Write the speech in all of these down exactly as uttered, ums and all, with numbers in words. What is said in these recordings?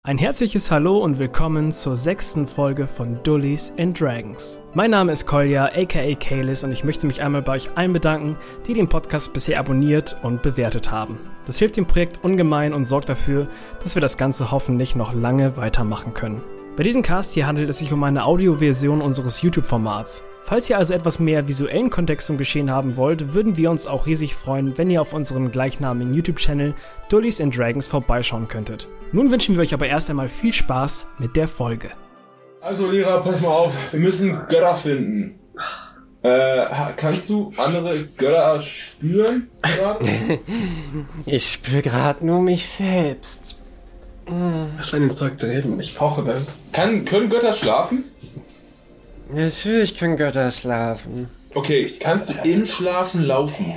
Ein herzliches Hallo und willkommen zur sechsten Folge von Dullies and Dragons. Mein Name ist Kolja, aka Kalis, und ich möchte mich einmal bei euch allen bedanken, die den Podcast bisher abonniert und bewertet haben. Das hilft dem Projekt ungemein und sorgt dafür, dass wir das Ganze hoffentlich noch lange weitermachen können. Bei diesem Cast hier handelt es sich um eine Audioversion unseres YouTube-Formats. Falls ihr also etwas mehr visuellen Kontext zum Geschehen haben wollt, würden wir uns auch riesig freuen, wenn ihr auf unserem gleichnamigen YouTube-Channel Dullies and Dragons vorbeischauen könntet. Nun wünschen wir euch aber erst einmal viel Spaß mit der Folge. Also Lira, pass mal auf, wir müssen Götter finden. Äh, kannst du andere Götter spüren? Ich spüre gerade nur mich selbst. Was war denn Zeug drin? Ich koche das. Kann, können Götter schlafen? Natürlich können Götter schlafen. Okay, kannst du im Schlafen laufen?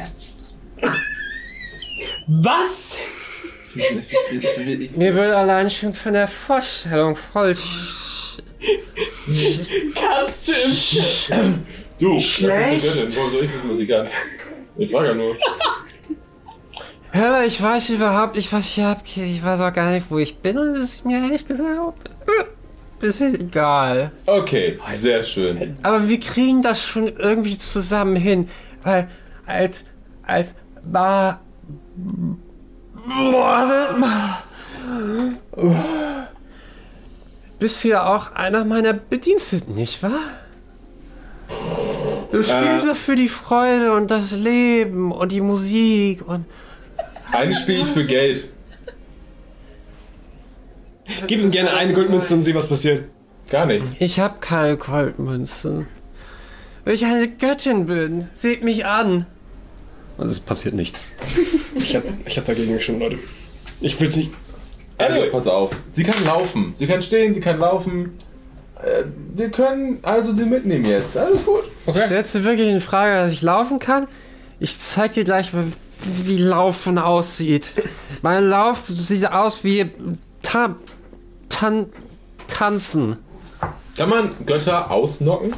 Was? Mir wird allein schon von der Vorstellung voll. Kannst du im Sch... Du, Schlecht? das ist eine Göttin. Woher soll ich wissen, was sie kann? Ich frage ja nur. Hör mal, ich weiß überhaupt nicht, was ich abgehe. Ich weiß auch gar nicht, wo ich bin, und es ist mir ehrlich gesagt bisschen egal. Okay, sehr schön. Aber wir kriegen das schon irgendwie zusammen hin, weil als als Bar bist du ja auch einer meiner Bediensteten, nicht wahr? Du spielst doch äh, für die Freude und das Leben und die Musik und... Eigentlich spiele ich für Geld. Gib ihm gerne eine Goldmünze und sieh, was passiert. Gar nichts. Ich hab keine Goldmünzen. Weil ich eine Göttin bin. Seht mich an. Und es passiert nichts. Ich hab, ich hab dagegen schon, Leute. Ich will's nicht... Also, pass auf. Sie kann laufen. Sie kann stehen, sie kann laufen. Äh, wir können also sie mitnehmen jetzt. Alles gut. Okay. Stellst du wirklich in Frage, dass ich laufen kann? Ich zeig dir gleich, wie Laufen aussieht. Mein Lauf sieht aus wie ta tan tanzen. Kann man Götter ausnocken?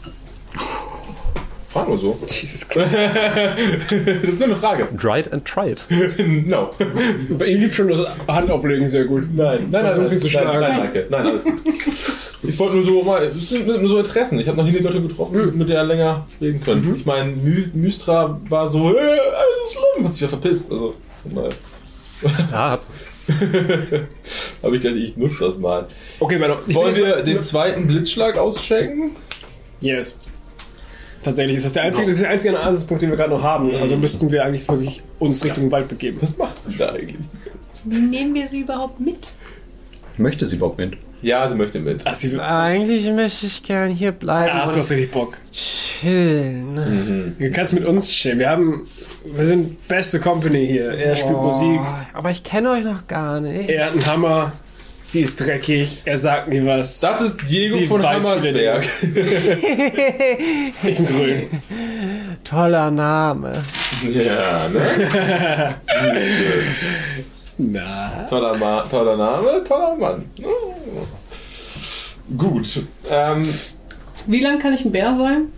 Frag nur so. Jesus Christ. Das ist nur eine Frage. Dried and tried. No. Bei ihm lief schon das Handauflegen sehr gut. Nein, nein, nein, das ist nicht so nein, schnell. nein, danke. Nein, alles gut. Ich wollte nur so mal, das sind nur so Interessen. Ich habe noch nie eine Götter getroffen, mhm. mit der länger reden können. Mhm. Ich meine, My Mystra war so, äh, alles ist schlimm, hat sich ja verpisst. Also, mal. Ja, hat's. Habe ich gedacht, ich nutze das mal. Okay, meine, wollen wir den zweiten Blitzschlag auschecken? Yes. Tatsächlich ist das der einzige, das ist der einzige Ansatzpunkt, den wir gerade noch haben. Also müssten wir eigentlich wirklich uns Richtung ja. Wald begeben. Was macht sie da eigentlich? Wie nehmen wir sie überhaupt mit? Möchte sie überhaupt mit? Ja, sie möchte mit. Ach, sie eigentlich möchte ich gern hier bleiben. Ach, du hast richtig Bock. Chillen. Mhm. Du kannst mit uns chillen. Wir haben, wir sind beste Company hier. Er spielt oh, Musik. Aber ich kenne euch noch gar nicht. Er hat einen Hammer. Sie ist dreckig. Er sagt mir was. Das ist Diego sie von Hammersberg. Ich bin grün. Toller Name. Ja, ne? Na. Toller, Ma- toller Name, toller Mann. Oh. Gut. Ähm, Wie lang kann ich ein Bär sein?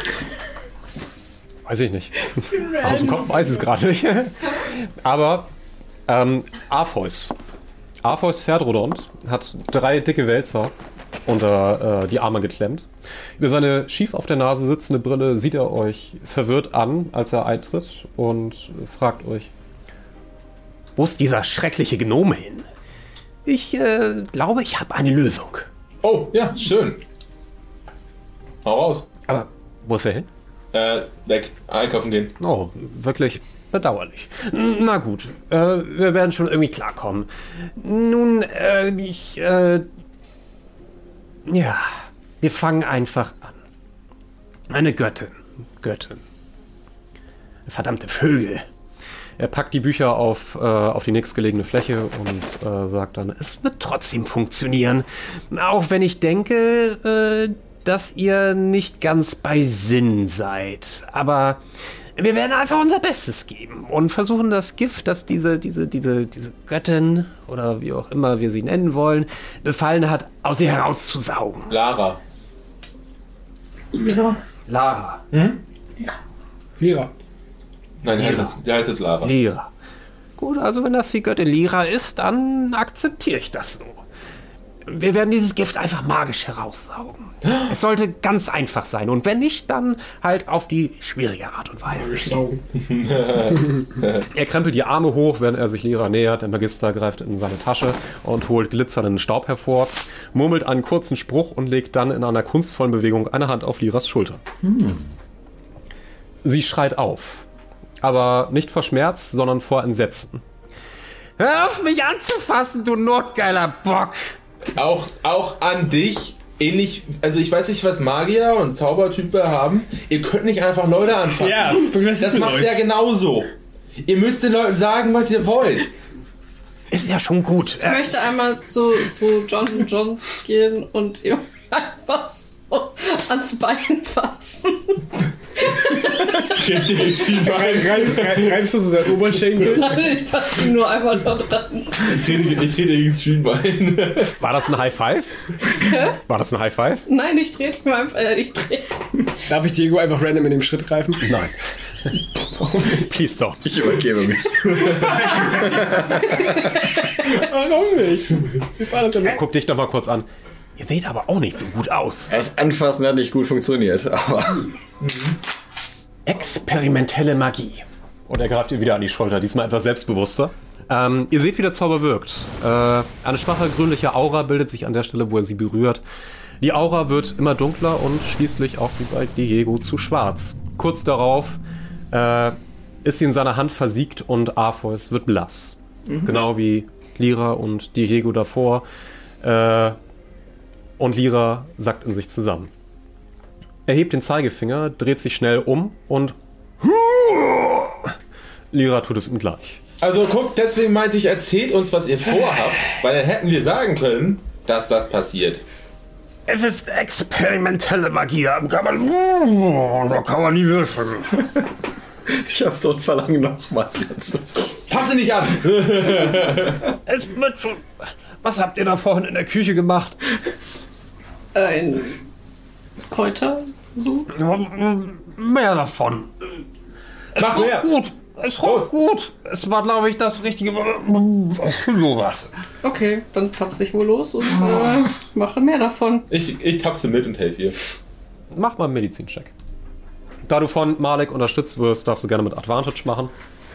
Weiß ich nicht. Aus dem Kopf weiß ich es gerade nicht. Aber ähm, Arpheus. Arpheus Pferdrodont hat drei dicke Wälzer unter äh, die Arme geklemmt. Über seine schief auf der Nase sitzende Brille sieht er euch verwirrt an, als er eintritt, und fragt euch: Wo ist dieser schreckliche Gnome hin? Ich äh, glaube, ich habe eine Lösung. Oh, ja, schön. Hau raus. Aber wo ist er hin? Äh, weg. Einkaufen gehen. Oh, wirklich bedauerlich. Na gut, äh, wir werden schon irgendwie klarkommen. Nun, äh, ich, äh, ja, wir fangen einfach an. Eine Göttin. Göttin. Verdammte Vögel. Er packt die Bücher auf, äh, auf die nächstgelegene Fläche und äh, sagt dann: Es wird trotzdem funktionieren. Auch wenn ich denke, äh, dass ihr nicht ganz bei Sinn seid. Aber wir werden einfach unser Bestes geben und versuchen, das Gift, das diese, diese, diese, diese Göttin oder wie auch immer wir sie nennen wollen, befallen hat, aus ihr herauszusaugen. Lara. Ja. Lara. Hm? Ja. Lira. Nein, der heißt, jetzt, der heißt jetzt Lara. Lira. Gut, also wenn das die Göttin Lira ist, dann akzeptiere ich das so. Wir werden dieses Gift einfach magisch heraussaugen. Es sollte ganz einfach sein. Und wenn nicht, dann halt auf die schwierige Art und Weise. Saugen. Er krempelt die Arme hoch, während er sich Lira nähert. Der Magister greift in seine Tasche und holt glitzernden Staub hervor, murmelt einen kurzen Spruch und legt dann in einer kunstvollen Bewegung eine Hand auf Liras Schulter. Hm. Sie schreit auf. Aber nicht vor Schmerz, sondern vor Entsetzen. Hör auf, mich anzufassen, du notgeiler Bock! Auch, auch an dich, ähnlich, also ich weiß nicht, was Magier und Zaubertypen haben. Ihr könnt nicht einfach Leute anfassen. Ja, was ist das mit macht euch? er genauso. Ihr müsst den Leuten sagen, was ihr wollt. Ist ja schon gut. Ich möchte einmal zu, zu John Johns gehen und ihm einfach so ans Bein fassen. Schreib dir ins Schienbein. Reib, reib, reibst du so seinen Oberschenkel? Ich fasse ihn nur einmal da dran. Ich trete, ich trete ins Schienbein. War das ein High Five? War das ein High Five? Nein, ich trete ihm einfach, äh, ich trete. Darf ich Diego einfach random in dem Schritt greifen? Nein. Please don't. Ich übergebe mich. Warum nicht? Ist alles im Guck dich doch mal kurz an. Ihr seht aber auch nicht so gut aus. Das Anfassen hat nicht gut funktioniert, aber... Experimentelle Magie. Und er greift ihr wieder an die Schulter, diesmal etwas selbstbewusster. Ähm, ihr seht, wie der Zauber wirkt. Äh, eine schwache grünliche Aura bildet sich an der Stelle, wo er sie berührt. Die Aura wird immer dunkler und schließlich auch wie bei Diego zu schwarz. Kurz darauf äh, ist sie in seiner Hand versiegt und Arpheus wird blass. Mhm. Genau wie Lyra und Diego davor. Äh, und Lyra sackt in sich zusammen. Er hebt den Zeigefinger, dreht sich schnell um und Lyra tut es ihm gleich. Also guck, deswegen meinte ich, erzählt uns, was ihr vorhabt, weil dann hätten wir sagen können, dass das passiert. Es ist experimentelle Magie. Da kann man, da kann man nie würfeln. Ich habe so ein Verlangen, nochmals wieder zu fassen. Fass ihn nicht an! Es wird schon... Was habt ihr da vorhin in der Küche gemacht? Ein Kräutersuch. Mehr davon. Mach Es mehr! roch gut. Es roch gut. Es war, glaube ich, das richtige für sowas. Okay, dann tapse ich wohl los und äh, mache mehr davon. Ich, ich tapse mit und helfe ihr. Mach mal einen Medizincheck. Da du von Malek unterstützt wirst, darfst du gerne mit Advantage machen.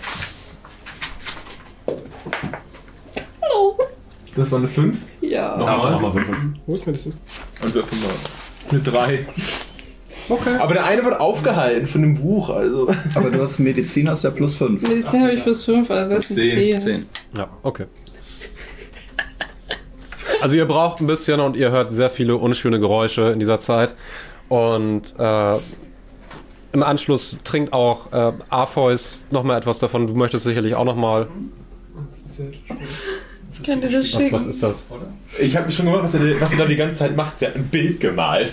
Das war eine fünf. Ja. Darfst du nochmal würfeln. Wo ist Medicine? Und wir mal eine drei. Okay. Aber der eine wird aufgehalten von dem Buch, also. Aber du hast Medizin, hast ja plus fünf. Medizin habe ich plus fünf, also das sind Zehn. zehn. Zehn. Ja, okay. Also ihr braucht ein bisschen und ihr hört sehr viele unschöne Geräusche in dieser Zeit. Und äh, im Anschluss trinkt auch äh, Arpheus nochmal etwas davon. Du möchtest sicherlich auch nochmal... Ich kann dir das Was, schicken. was ist das? Ich habe mich schon gemacht, was er, was er da die ganze Zeit macht. Sie hat ein Bild gemalt.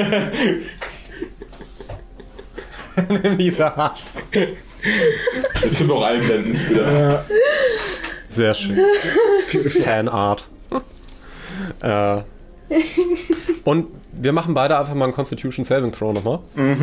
Dieser Arsch. Das können wir auch einblenden. Wieder. Sehr schön. Fanart. äh, und wir machen beide einfach mal einen Constitution Saving Throw nochmal.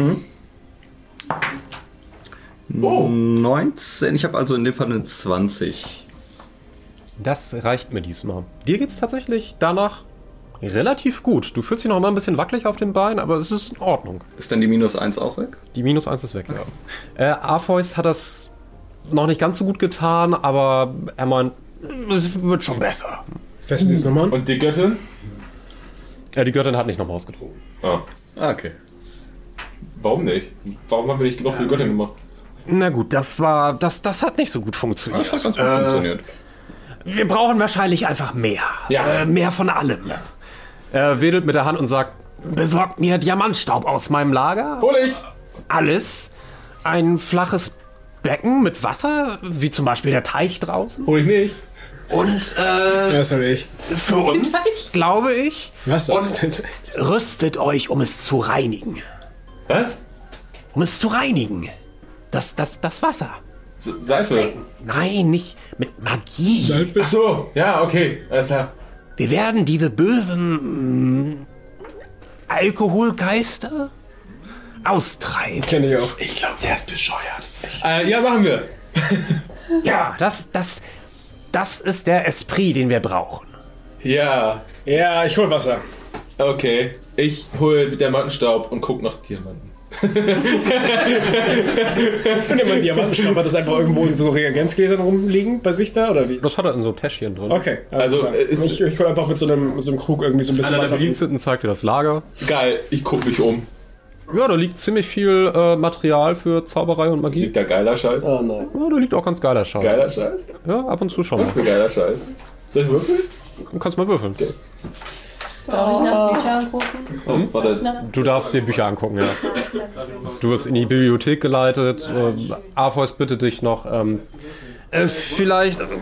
Oh. neunzehn, ich habe also in dem Fall eine zwanzig. Das reicht mir diesmal. Dir geht's tatsächlich danach relativ gut. Du fühlst dich noch mal ein bisschen wackelig auf den Beinen, aber es ist in Ordnung. Ist dann die minus eins auch weg? Die minus eins ist weg, okay. ja. Äh, Arpheus hat das noch nicht ganz so gut getan, aber er meint, es wird schon besser. Was ist das nochmal? Und die Göttin? Ja, die Göttin hat nicht nochmal ausgetrunken. Ah. Ah, okay. Warum nicht? Warum haben wir nicht genug für die Göttin gemacht? Na gut, das war, das, das hat nicht so gut funktioniert. Das hat ganz gut Äh, funktioniert. Wir brauchen wahrscheinlich einfach mehr. Ja. Äh, mehr von allem. Er wedelt mit der Hand und sagt, besorgt mir Diamantstaub aus meinem Lager. Hol ich! Alles. Ein flaches Becken mit Wasser, wie zum Beispiel der Teich draußen. Hol ich nicht. Und äh, Ja, das habe ich. für uns, glaube ich, Was ist denn? rüstet euch, um es zu reinigen. Was? Um es zu reinigen. Das, das, das Wasser. Se- Seife. Nein, nicht mit Magie. Ach so, ja, okay, alles klar. Wir werden diese bösen mh, Alkoholgeister austreiben. Kenne ich auch. Ich glaube, der ist bescheuert. Äh, ja, machen wir. Ja, das, das, das ist der Esprit, den wir brauchen. Ja. Ja, ich hol Wasser. Okay. Ich hole Diamantenstaub und guck nach Diamanten. Ich finde immer einen Diamantenstaub. Hat das einfach irgendwo in so Reagenzgläsern rumliegen bei sich da, oder wie? Das hat er in so Täschchen drin. Okay, Also, also ist- ich, ich hol einfach mit so, einem, mit so einem Krug irgendwie so ein bisschen Einer Wasser. der Bediensteten zeigt dir das Lager. Geil, ich guck mich um. Ja, da liegt ziemlich viel äh, Material für Zauberei und Magie. Liegt da geiler Scheiß? Oh nein. Ja, da liegt auch ganz geiler Scheiß. Geiler Scheiß? Ja, ab und zu schon. Was für geiler Scheiß? Soll ich würfeln? Du kannst mal würfeln. Darf ich nach Büchern gucken? Hm, warte. Du darfst dir Bücher angucken, ja. Du wirst in die Bibliothek geleitet. Äh, Arpheus bittet dich noch. Ähm, äh, vielleicht äh,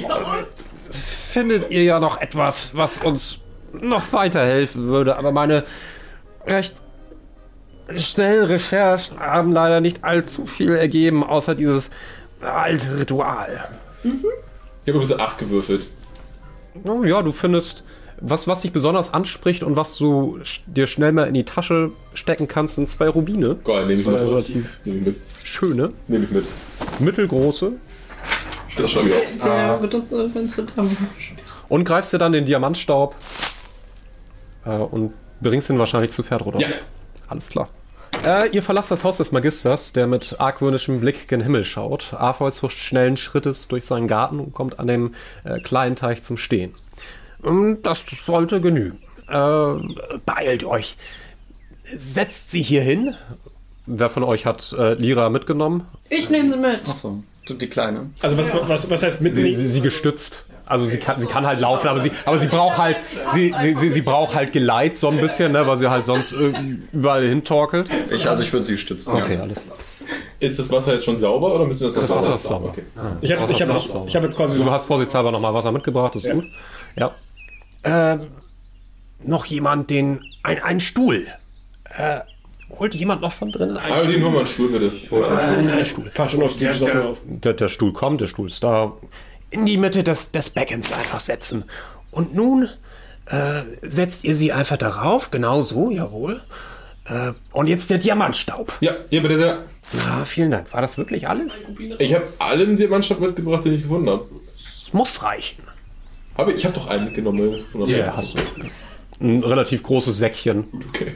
findet ihr ja noch etwas, was uns noch weiterhelfen würde. Aber meine recht schnellen Recherchen haben leider nicht allzu viel ergeben, außer dieses alte Ritual. Ich habe bis acht gewürfelt. Ja, du findest, was, was dich besonders anspricht und was du sch- dir schnell mal in die Tasche stecken kannst, sind zwei Rubine. Geil, nehme ich Zwei mit. relativ Nehme ich mit. schöne, Nehme ich mit. mittelgroße. Das schreibe ich auf. Der benutzt das, wenn es so dran Und greifst dir dann den Diamantstaub äh, und bringst ihn wahrscheinlich zu Pferdrodon. Ja. Alles klar. Äh, ihr verlasst das Haus des Magisters, der mit argwöhnischem Blick gen Himmel schaut. Arpheus huscht schnellen Schrittes durch seinen Garten und kommt an dem äh, kleinen Teich zum Stehen. Ähm, Das sollte genügen. Äh, beeilt euch. Setzt sie hier hin. Wer von euch hat äh, Lyra mitgenommen? Ich nehme sie mit. Achso, die Kleine. Also was, was, was heißt mit Sie, sie, sie gestützt. Also sie kann, sie kann halt laufen, aber sie, aber sie braucht halt, sie, sie, sie, sie braucht halt Geleit so ein bisschen, ne, weil sie halt sonst äh, überall hintorkelt. Ich, also ich würde sie stützen. Okay, Ja. alles klar. Ist das Wasser jetzt schon sauber oder müssen wir das, Das Wasser ist sauber. Okay. Ich habe ich hab, Das ist ich, sauber. ich hab jetzt quasi Du so... hast vorsichtshalber nochmal Wasser mitgebracht, ist Ja. gut. Ja. Ähm, noch jemand den, ein, ein Stuhl. Äh, holt jemand noch von drinnen einen Aber den holen wir einen Stuhl, bitte. Ich hole einen. Ein Stuhl. Pass schon auf die Sachen auf. Der, der Stuhl kommt, der Stuhl ist da. In die Mitte des, des Beckens einfach setzen. Und nun äh, setzt ihr sie einfach darauf, genau so, jawohl. Äh, und jetzt der Diamantstaub. Ja, hier bitte sehr. Ja, vielen Dank. War das wirklich alles? Ich habe allen Diamantstab mitgebracht, den ich gefunden habe. Es muss reichen. Hab ich ich habe doch einen mitgenommen. Von der Ja, hast du. Ein relativ großes Säckchen. Okay.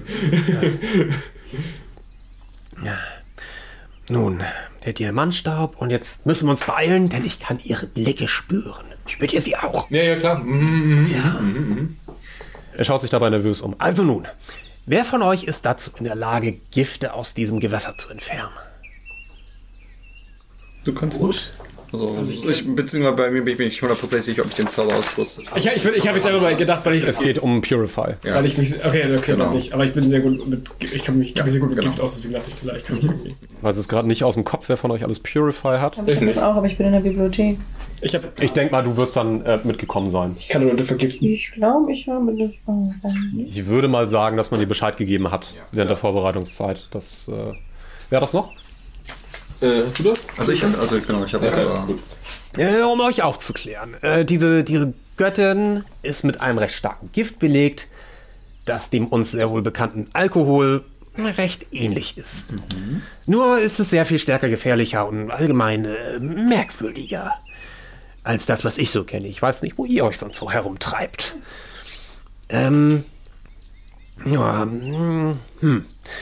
Nun, der Diamantstaub. Und jetzt müssen wir uns beeilen, denn ich kann ihre Blicke spüren. Spürt ihr sie auch? Ja, ja, klar. Mhm. Ja. Er schaut sich dabei nervös um. Also nun, wer von euch ist dazu in der Lage, Gifte aus diesem Gewässer zu entfernen? Du kannst gut. Also, ich, beziehungsweise bei mir bin ich nicht hundertprozentig sicher, ob ich den Zauber ausgerüstet habe. Ich, ich, ich habe jetzt einfach mal gedacht, weil ich... Es geht um Purify. Ja. Weil ich mich... Okay, okay, Genau. noch nicht. Aber ich bin sehr gut mit... Ich kann mich, ich kann mich sehr gut mit genau. Gift aus, deswegen dachte ich, vielleicht kann ich irgendwie... Ich weiß es gerade nicht aus dem Kopf, wer von euch alles Purify hat. Ich habe das auch, aber ich bin in der Bibliothek. Ich, hab, Ich denke mal, du wirst dann äh, mitgekommen sein. ich kann nur vergiften. Ich glaube, ich habe das auch. Ich würde mal sagen, dass man dir Bescheid gegeben hat während der Vorbereitungszeit. Das, äh, wer hat das noch? Äh, hast du das? Also ich habe, also genau, ich habe. Ja, ja, aber- gut. Äh, um euch aufzuklären. Äh, diese, diese Göttin ist mit einem recht starken Gift belegt, das dem uns sehr wohl bekannten Alkohol recht ähnlich ist. Nur ist es sehr viel stärker gefährlicher und allgemein äh, merkwürdiger als das, was ich so kenne. Ich weiß nicht, wo ihr euch sonst so herumtreibt. Ähm, ja, hm, hm.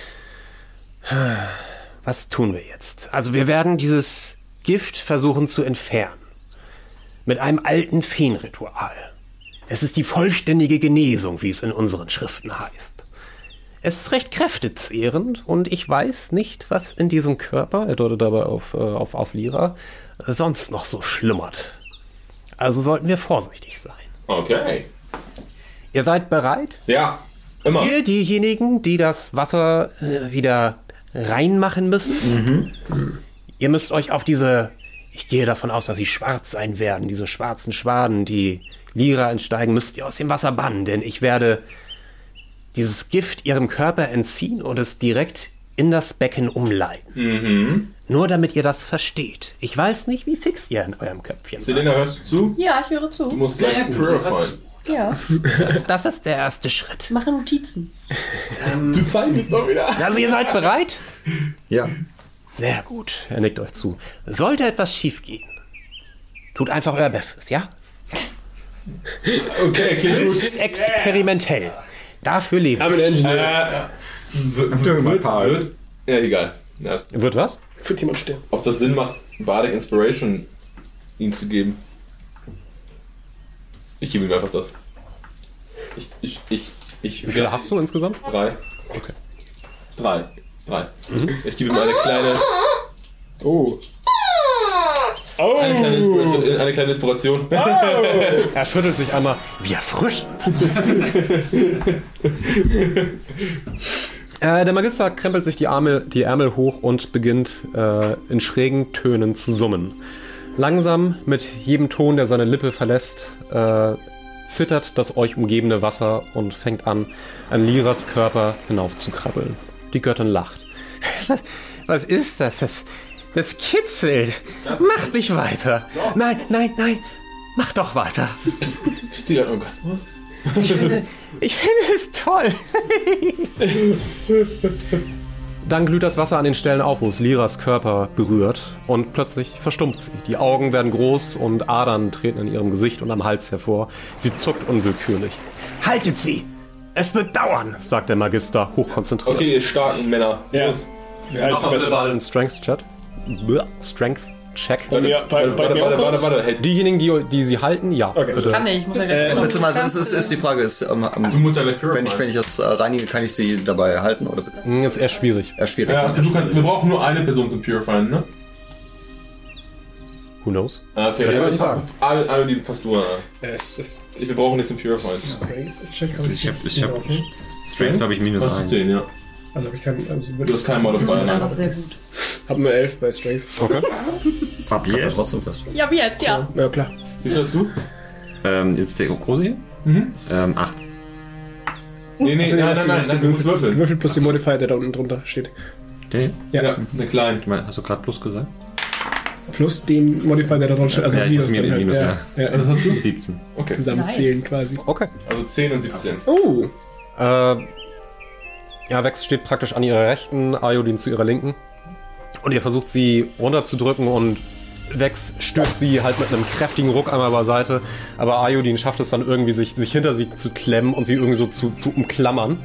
Was tun wir jetzt? Also wir werden dieses Gift versuchen zu entfernen. Mit einem alten Feenritual. Es ist die vollständige Genesung, wie es in unseren Schriften heißt. Es ist recht kräftezehrend und ich weiß nicht, was in diesem Körper, er deutet dabei auf, äh, auf, auf Lyra, sonst noch so schlummert. Also sollten wir vorsichtig sein. Okay. Ihr seid bereit? Ja, immer. Ihr, diejenigen, die das Wasser äh, wieder reinmachen müssen, mhm. Ihr müsst euch auf diese, ich gehe davon aus, dass sie schwarz sein werden, diese schwarzen Schwaden, die Lyra entsteigen, müsst ihr aus dem Wasser bannen, denn ich werde dieses Gift ihrem Körper entziehen und es direkt in das Becken umleiten. Mhm. Nur damit ihr das versteht. Ich weiß nicht, wie fix ihr in eurem Köpfchen seid. Selena, hörst du zu? Ja, ich höre zu. Du musst gleich purifieren. Ja. Das, das ist der erste Schritt. Mache Notizen. Du zeichnest doch wieder. Also ihr seid bereit? Ja. Sehr gut, er nickt euch zu. Sollte etwas schiefgehen, tut einfach euer Bestes, ja? Okay, klingt gut. Höchst experimentell. Dafür leben. I'm an engineer. Äh, wird, wird, wird, wird, ja, egal. Ja, Wird was? Wird jemand sterben? ob das Sinn macht, Bardic Inspiration ihm zu geben. Ich gebe ihm einfach das. Ich, ich, ich, ich. Wie viele hast du insgesamt? Drei. Okay. Drei. Drei. Ich gebe ihm eine kleine. Oh. Oh. Eine kleine Inspiration. Eine kleine Inspiration. Er schüttelt sich einmal. Wie erfrischend. äh, der Magister krempelt sich die, Arme, die Ärmel hoch und beginnt äh, in schrägen Tönen zu summen. Langsam, mit jedem Ton, der seine Lippe verlässt, äh, zittert das euch umgebende Wasser und fängt an, an Lyras Körper hinauf zu krabbeln. Die Göttin lacht. Was, was ist das? das? Das kitzelt. Mach nicht weiter. Nein, nein, nein. Mach doch weiter. Richtiger Orgasmus? Ich finde, ich finde es toll. Dann glüht das Wasser an den Stellen auf, wo es Lyras Körper berührt. Und plötzlich verstummt sie. Die Augen werden groß und Adern treten in ihrem Gesicht und am Hals hervor. Sie zuckt unwillkürlich. Haltet sie! Es wird dauern, sagt der Magister, hochkonzentriert. Okay, ihr starken Männer. Ja. Los. Wir halten Mach mal fest. bitte mal einen Strength-Chat. Strength-Check. Bei mir, bei, bei Warte, mir warte, auch warte, was? warte. Hey, Diejenigen, die, die sie halten, ja. Okay. Bitte. Kann nicht, ich muss ja Äh, gleich. Beziehungsweise ist, ist die Frage, ist, ähm, du ähm, musst ja gleich wenn, ich, wenn ich das äh, reinige, kann ich sie dabei halten? Oder Hm, ist eher schwierig. eher schwierig? Ja, also du kannst, wir brauchen nur eine Person zum Purifyen, ne? Who knows? Ah, okay, Ja, ja, würde ich ich sagen. Alle, alle die fast du an. Äh, es ist Wir brauchen nicht zum Purifyen. Strength-Check. hab Ich hab, ich hab, okay. Strengths habe ich minus Hast du eins. zehn, ja. Also hab ich keinen. Also Du hast keinen Modifier. Das ist einfach Ne? sehr gut. hab nur elf bei Strength. Okay. Ab Kannst du jetzt. trotzdem was? Ja, wie jetzt, ja. Ja, klar. Wie viel hast du? Ähm, jetzt der große hier? Mhm. Ähm, acht. Nee, nee, Also, nein, hast nein, du- nein, hast du nein, du musst gewürfelt- würfeln. Gewürfelt plus die Modifier, der da unten drunter steht. Der hier? Ja. Ja, eine kleine. Ich meine, hast du gerade Plus gesagt? Plus den Modifier, der da drunter steht. Also Ja, ich muss mir dann den Minus, ja. ja. Was hast du? siebzehn. Okay. Zusammenzählen Nice. quasi. Okay. Also zehn und siebzehn. Oh! Äh, ja, Vex steht praktisch an ihrer rechten, Ayodin zu ihrer linken. Und ihr versucht sie runterzudrücken und Vex stößt sie halt mit einem kräftigen Ruck einmal beiseite. Aber Ayodin schafft es dann irgendwie, sich, sich hinter sie zu klemmen und sie irgendwie so zu, zu umklammern.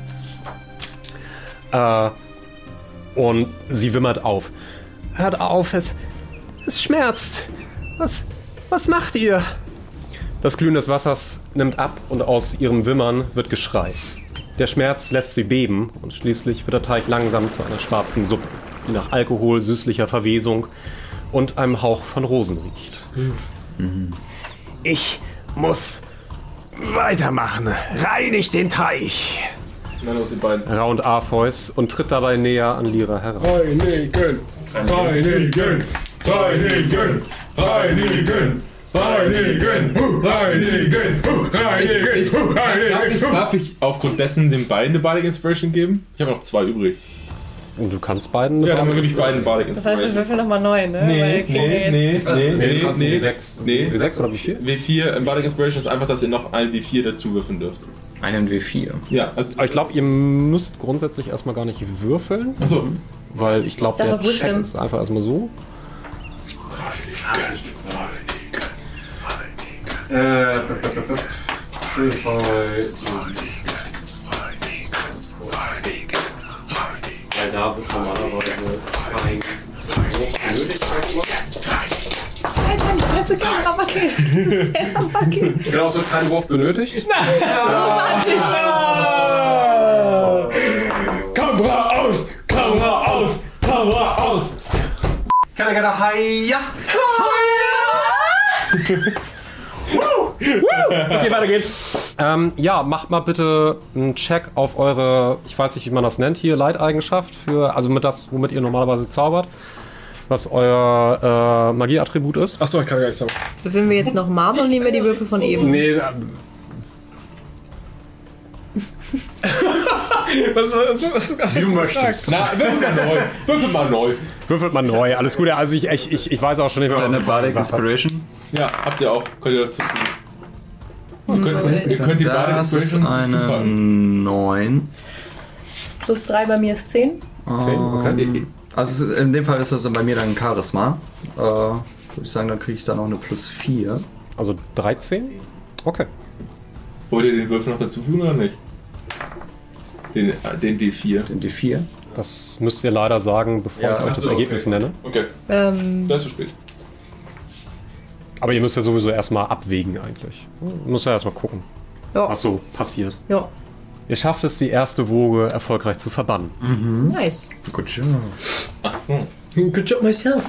Äh, und sie wimmert auf. Hört auf, es, es schmerzt. Was, was macht ihr? Das Glühen des Wassers nimmt ab und aus ihrem Wimmern wird Geschrei. Der Schmerz lässt sie beben und schließlich wird der Teich langsam zu einer schwarzen Suppe, die nach Alkohol, süßlicher Verwesung und einem Hauch von Rosen riecht. Mhm. Ich muss weitermachen. Reinig den Teich, Nein, aus den beiden. raunt Arpheus und tritt dabei näher an Lyra heran. Reinigen! Reinigen! Reinigen! Reinigen! Reinigen! Reinigen! Reinigen! Darf ich, darf ich aufgrund dessen den beiden eine Bardic Inspiration geben? Ich habe noch zwei übrig. Und du kannst beiden... Ja, dann würde ich beiden Bardic Das heißt, wir Inspiration. würfeln nochmal neu, ne? Nee, Weil kriegen wir nee, jetzt- nee, nee, Nee, nee, du kannst nee, W sechs. nee. W sechs oder wie viel? W vier im Bardic Inspiration ist einfach, dass ihr noch ein W vier dazu würfeln dürft. Einen W vier. Ja, also. Aber ich glaube, ihr müsst grundsätzlich erstmal gar nicht würfeln, Achso. weil ich glaube, Ich der dachte, Check Wisdom. ist einfach erstmal so. Äh, weil da wird normalerweise kein Alter, die ganze Kamera wackelt. Das ist sehr am Wackeln. Genau, es wird kein Wurf benötigt. Großartig. Kamera aus! Kamera aus! Kamera aus! Kann ich gerade Haia? Okay, weiter geht's. Ähm, ja, macht mal bitte einen Check auf eure, ich weiß nicht, wie man das nennt hier, Leiteigenschaft für, also mit das, womit ihr normalerweise zaubert, was euer äh, Magieattribut ist. Achso, ich kann gar nicht sagen. Würfeln wir jetzt nochmal oder nehmen wir die Würfel von eben? Nee, äh, Was, was, was, was du möchtest. Na, würfel mal neu. Würfel mal neu. Würfelt mal neu, alles Gute. Also ich, ich, ich, ich weiß auch schon nicht mehr, was Deine ich Bardic gesagt habe. Inspiration. Ja, habt ihr auch. Könnt ihr dazu fügen. Ihr könnt, ihr könnt die Bardic Das ist Inspiration eine zupacken. neun. Plus drei bei mir ist zehn. Zehn, okay. Ähm, Also es ist- in dem Fall ist das dann bei mir dann ein Charisma. Äh, würde ich sagen, dann kriege ich da noch eine plus vier. Also dreizehn? Okay. Wollt ihr den Würfel noch dazufügen oder nicht? Den, äh, den D vier. Den D vier. Das müsst ihr leider sagen, bevor Ja, ich euch das achso, Ergebnis okay. nenne. Okay, Ähm, das ist zu spät. Aber ihr müsst ja sowieso erstmal abwägen eigentlich. Ihr müsst ja erstmal gucken, ja. was so passiert. Ja. Ihr schafft es, die erste Woge erfolgreich zu verbannen. Nice. Good job. Ach so. Good job myself.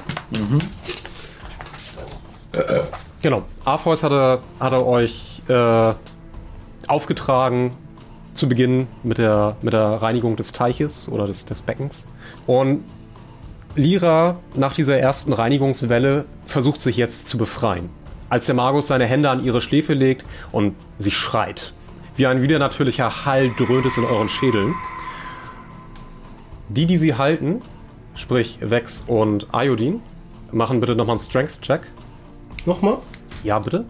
Genau. Arpheus hatte, hatte euch äh, aufgetragen zu Beginn mit der, mit der Reinigung des Teiches oder des, des Beckens. Und Lyra nach dieser ersten Reinigungswelle versucht sich jetzt zu befreien. Als der Magus seine Hände an ihre Schläfe legt und sie schreit. Wie ein widernatürlicher Hall dröhnt es in euren Schädeln. Die, die sie halten, sprich Vex und Iodine, machen bitte nochmal einen Strength-Check. Nochmal? Ja, bitte.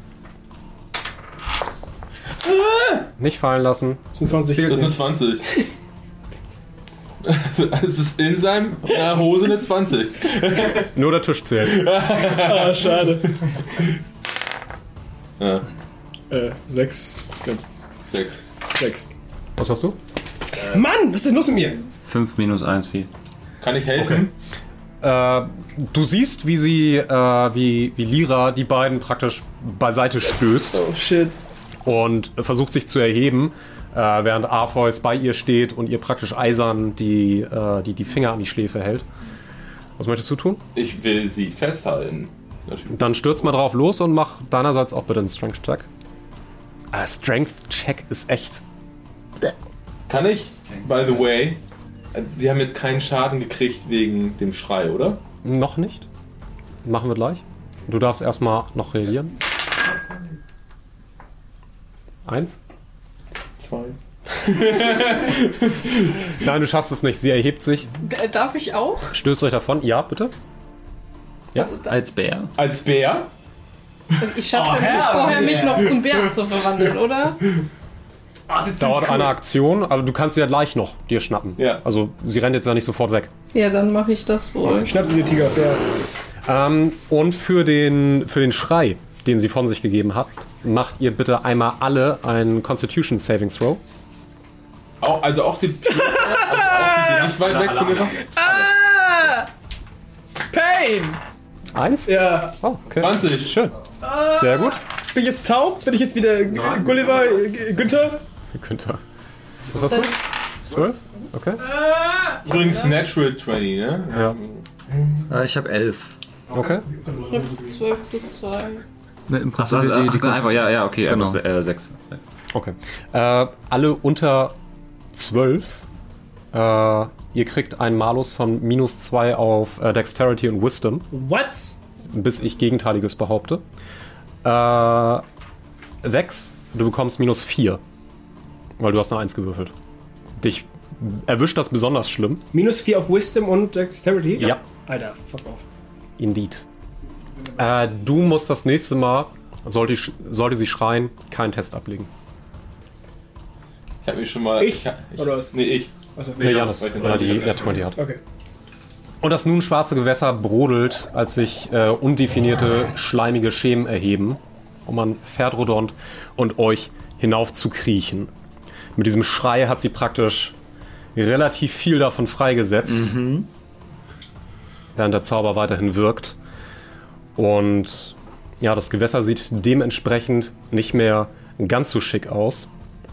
Nicht fallen lassen. Das sind zwanzig. Das sind zwanzig. Es ist in seinem äh, Hose eine zwanzig. Nur der Tisch zählt. Ah, schade. Ja, Äh, sechs. Ja, sechs. sechs. Was hast du? Mann, was ist denn los mit mir? fünf minus eins, vier. Kann ich helfen? Äh, du siehst, wie sie, äh, wie, wie Lyra die beiden praktisch beiseite stößt Oh, shit. und versucht sich zu erheben, äh, während Arpheus bei ihr steht und ihr praktisch eisern die, äh, die, die Finger an die Schläfe hält. Was möchtest du tun? Ich will sie festhalten. Natürlich. Dann stürz mal drauf los und mach deinerseits auch bitte einen Strength-Check. Ah, Strength-Check ist echt... Kann ich, by the way, wir haben jetzt keinen Schaden gekriegt wegen dem Schrei, oder? Noch nicht. Machen wir gleich. Du darfst erstmal noch reagieren. Eins. Zwei. Nein, du schaffst es nicht. Sie erhebt sich. D- Darf ich auch? Stößt euch davon? Ja, bitte. Ja. Also, da, Als Bär? Als Bär? ich schaff's ja nicht vorher, mich noch zum Bären zu verwandeln, oder? Ah, ist Dauert eine Aktion, aber du kannst sie ja gleich noch dir schnappen. Ja. Also sie rennt jetzt ja nicht sofort weg. Ja, dann mache ich das wohl. Schnapp sie den Tiger. Ja. Ähm, und für den, für den Schrei, den sie von sich gegeben hat, macht ihr bitte einmal alle einen Constitution Saving Throw. Auch, also auch die, also auch die, die nicht weit weg von dir war? Ah! Pain! Eins? Ja. Oh, okay. zwanzig. Schön. Sehr gut. Bin ich jetzt taub? Bin ich jetzt wieder G- Gulliver, G- Günther? Günther. Was hast du? Zwölf? Okay. Übrigens Natural zwanzig, ne? Ja. Äh, ich habe elf. Okay. zwölf plus zwei. Ne, Im Achso, Prinzip also, die, die ach, einfach, ja, ja, okay, Genau. einfach äh, sechs. Okay. Äh, alle unter zwölf. Äh, ihr kriegt einen Malus von minus zwei auf äh, Dexterity und Wisdom, What? bis ich Gegenteiliges behaupte. Äh, Vex, du bekommst minus vier, weil du hast eine eins gewürfelt. Dich erwischt das besonders schlimm. Minus vier auf Wisdom und Dexterity? Ja. Alter, fuck off. Indeed. Äh, du musst das nächste Mal, sollte, ich, sollte sie schreien, keinen Test ablegen. Ich hab mich schon mal... Ich? ich Oder was? Nee, ich. Achso. Nee, Janis, weil ich den weil die zwanzig Nat zwanzig hat. Okay. Und das nun schwarze Gewässer brodelt, als sich äh, undefinierte, schleimige Schemen erheben, um an Pferdrodont und euch hinauf zu kriechen. Mit diesem Schrei hat sie praktisch relativ viel davon freigesetzt, während der Zauber weiterhin wirkt. Und ja, das Gewässer sieht dementsprechend nicht mehr ganz so schick aus.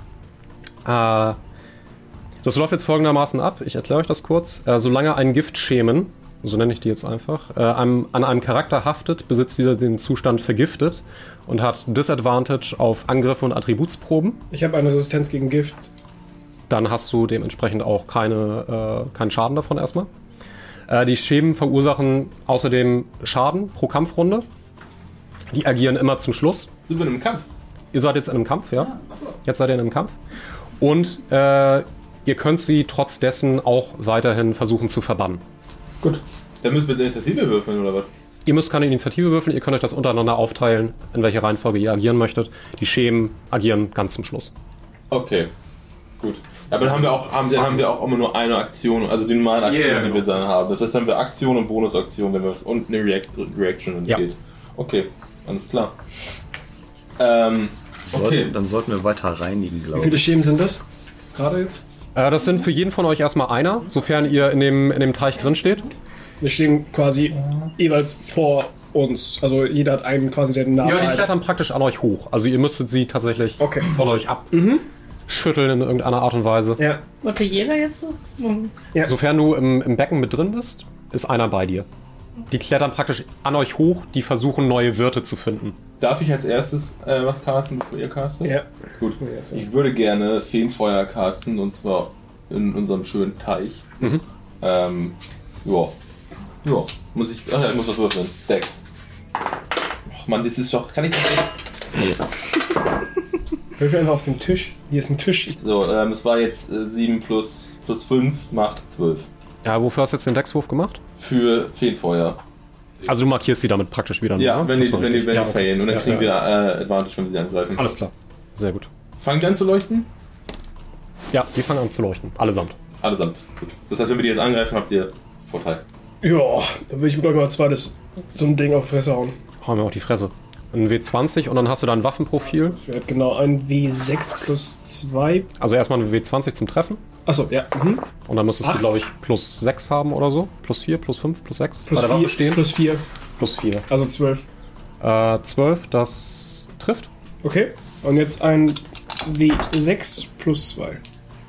Äh, Das läuft jetzt folgendermaßen ab. Ich erkläre euch das kurz. Äh, solange ein Giftschemen, so nenne ich die jetzt einfach, äh, einem, an einem Charakter haftet, besitzt dieser den Zustand vergiftet und hat Disadvantage auf Angriffe und Attributsproben. Ich habe eine Resistenz gegen Gift. Dann hast du dementsprechend auch keine, äh, keinen Schaden davon erstmal. Äh, die Schemen verursachen außerdem Schaden pro Kampfrunde. Die agieren immer zum Schluss. Sind wir in einem Kampf? Ihr seid jetzt in einem Kampf, ja? Jetzt seid ihr in einem Kampf. Und äh, ihr könnt sie trotz dessen auch weiterhin versuchen zu verbannen. Gut. Dann müssen wir jetzt Initiative würfeln, oder was? Ihr müsst keine Initiative würfeln, ihr könnt euch das untereinander aufteilen, in welche Reihenfolge ihr agieren möchtet. Die Schemen agieren ganz zum Schluss. Okay. Gut. Aber dann haben wir auch, haben, dann haben wir auch immer nur eine Aktion, also die normalen Aktionen, Yeah, die wir dann haben. Das heißt, dann haben wir Aktion und Bonusaktion, wenn wir was und eine React Reaction, wenn es Ja. geht. Okay, alles klar. Ähm, okay. Sollten, dann sollten wir weiter reinigen, Wie glaube viele ich. Schemen sind das? Gerade jetzt? Äh, das sind für jeden von euch erstmal einer, sofern ihr in dem, in dem Teich drin steht. Wir stehen quasi jeweils vor uns. Also jeder hat einen quasi, der den Namen Ja, die hat. klettern praktisch an euch hoch. Also ihr müsstet sie tatsächlich Okay. von euch abschütteln in irgendeiner Art und Weise. Ja. Wollte jeder jetzt so? Hm. Ja. Sofern du im, im Becken mit drin bist, ist einer bei dir. Die klettern praktisch an euch hoch, die versuchen neue Wirte zu finden. Darf ich als erstes äh, was casten, bevor ihr castet? Ja. Gut. Ja, so. Ich würde gerne Feenfeuer casten und zwar in unserem schönen Teich. Mhm. Ähm, ja. Ja. Muss ich. Ach ja, ich muss das würfeln. Dex. Ach man, das ist doch. Kann ich das nicht? Würfel einfach auf den Tisch. Hier ist ein Tisch. So, ähm, es war jetzt äh, sieben plus, plus fünf macht zwölf. Ja, wofür hast du jetzt den Deckswurf gemacht? Für Feenfeuer. Also du markierst sie damit praktisch wieder. Ja, ne? wenn die, Das war wenn die, richtig. wenn ja, die okay. failen. Und dann Ja, kriegen ja. wir äh, Advantage, wenn wir sie angreifen. Alles klar. Sehr gut. Fangen die an zu leuchten? Ja, die fangen an zu leuchten. Allesamt. Allesamt. Gut. Das heißt, wenn wir die jetzt angreifen, habt ihr Vorteil. Ja, dann würde ich mir gleich mal zweites so ein Ding auf Fresse hauen. Hauen wir auf die Fresse. Ein W zwanzig und dann hast du da ein Waffenprofil. Ich werde genau ein W sechs plus zwei. Also erstmal ein W zwanzig zum Treffen. Achso, ja. Mhm. Und dann müsstest Acht. du, glaube ich, plus sechs haben oder so. Plus vier, plus fünf, plus sechs. Plus Bei der vier. Waffe stehen. Plus vier. Plus vier. Also zwölf. Äh, zwölf, das trifft. Okay. Und jetzt ein W sechs plus zwei.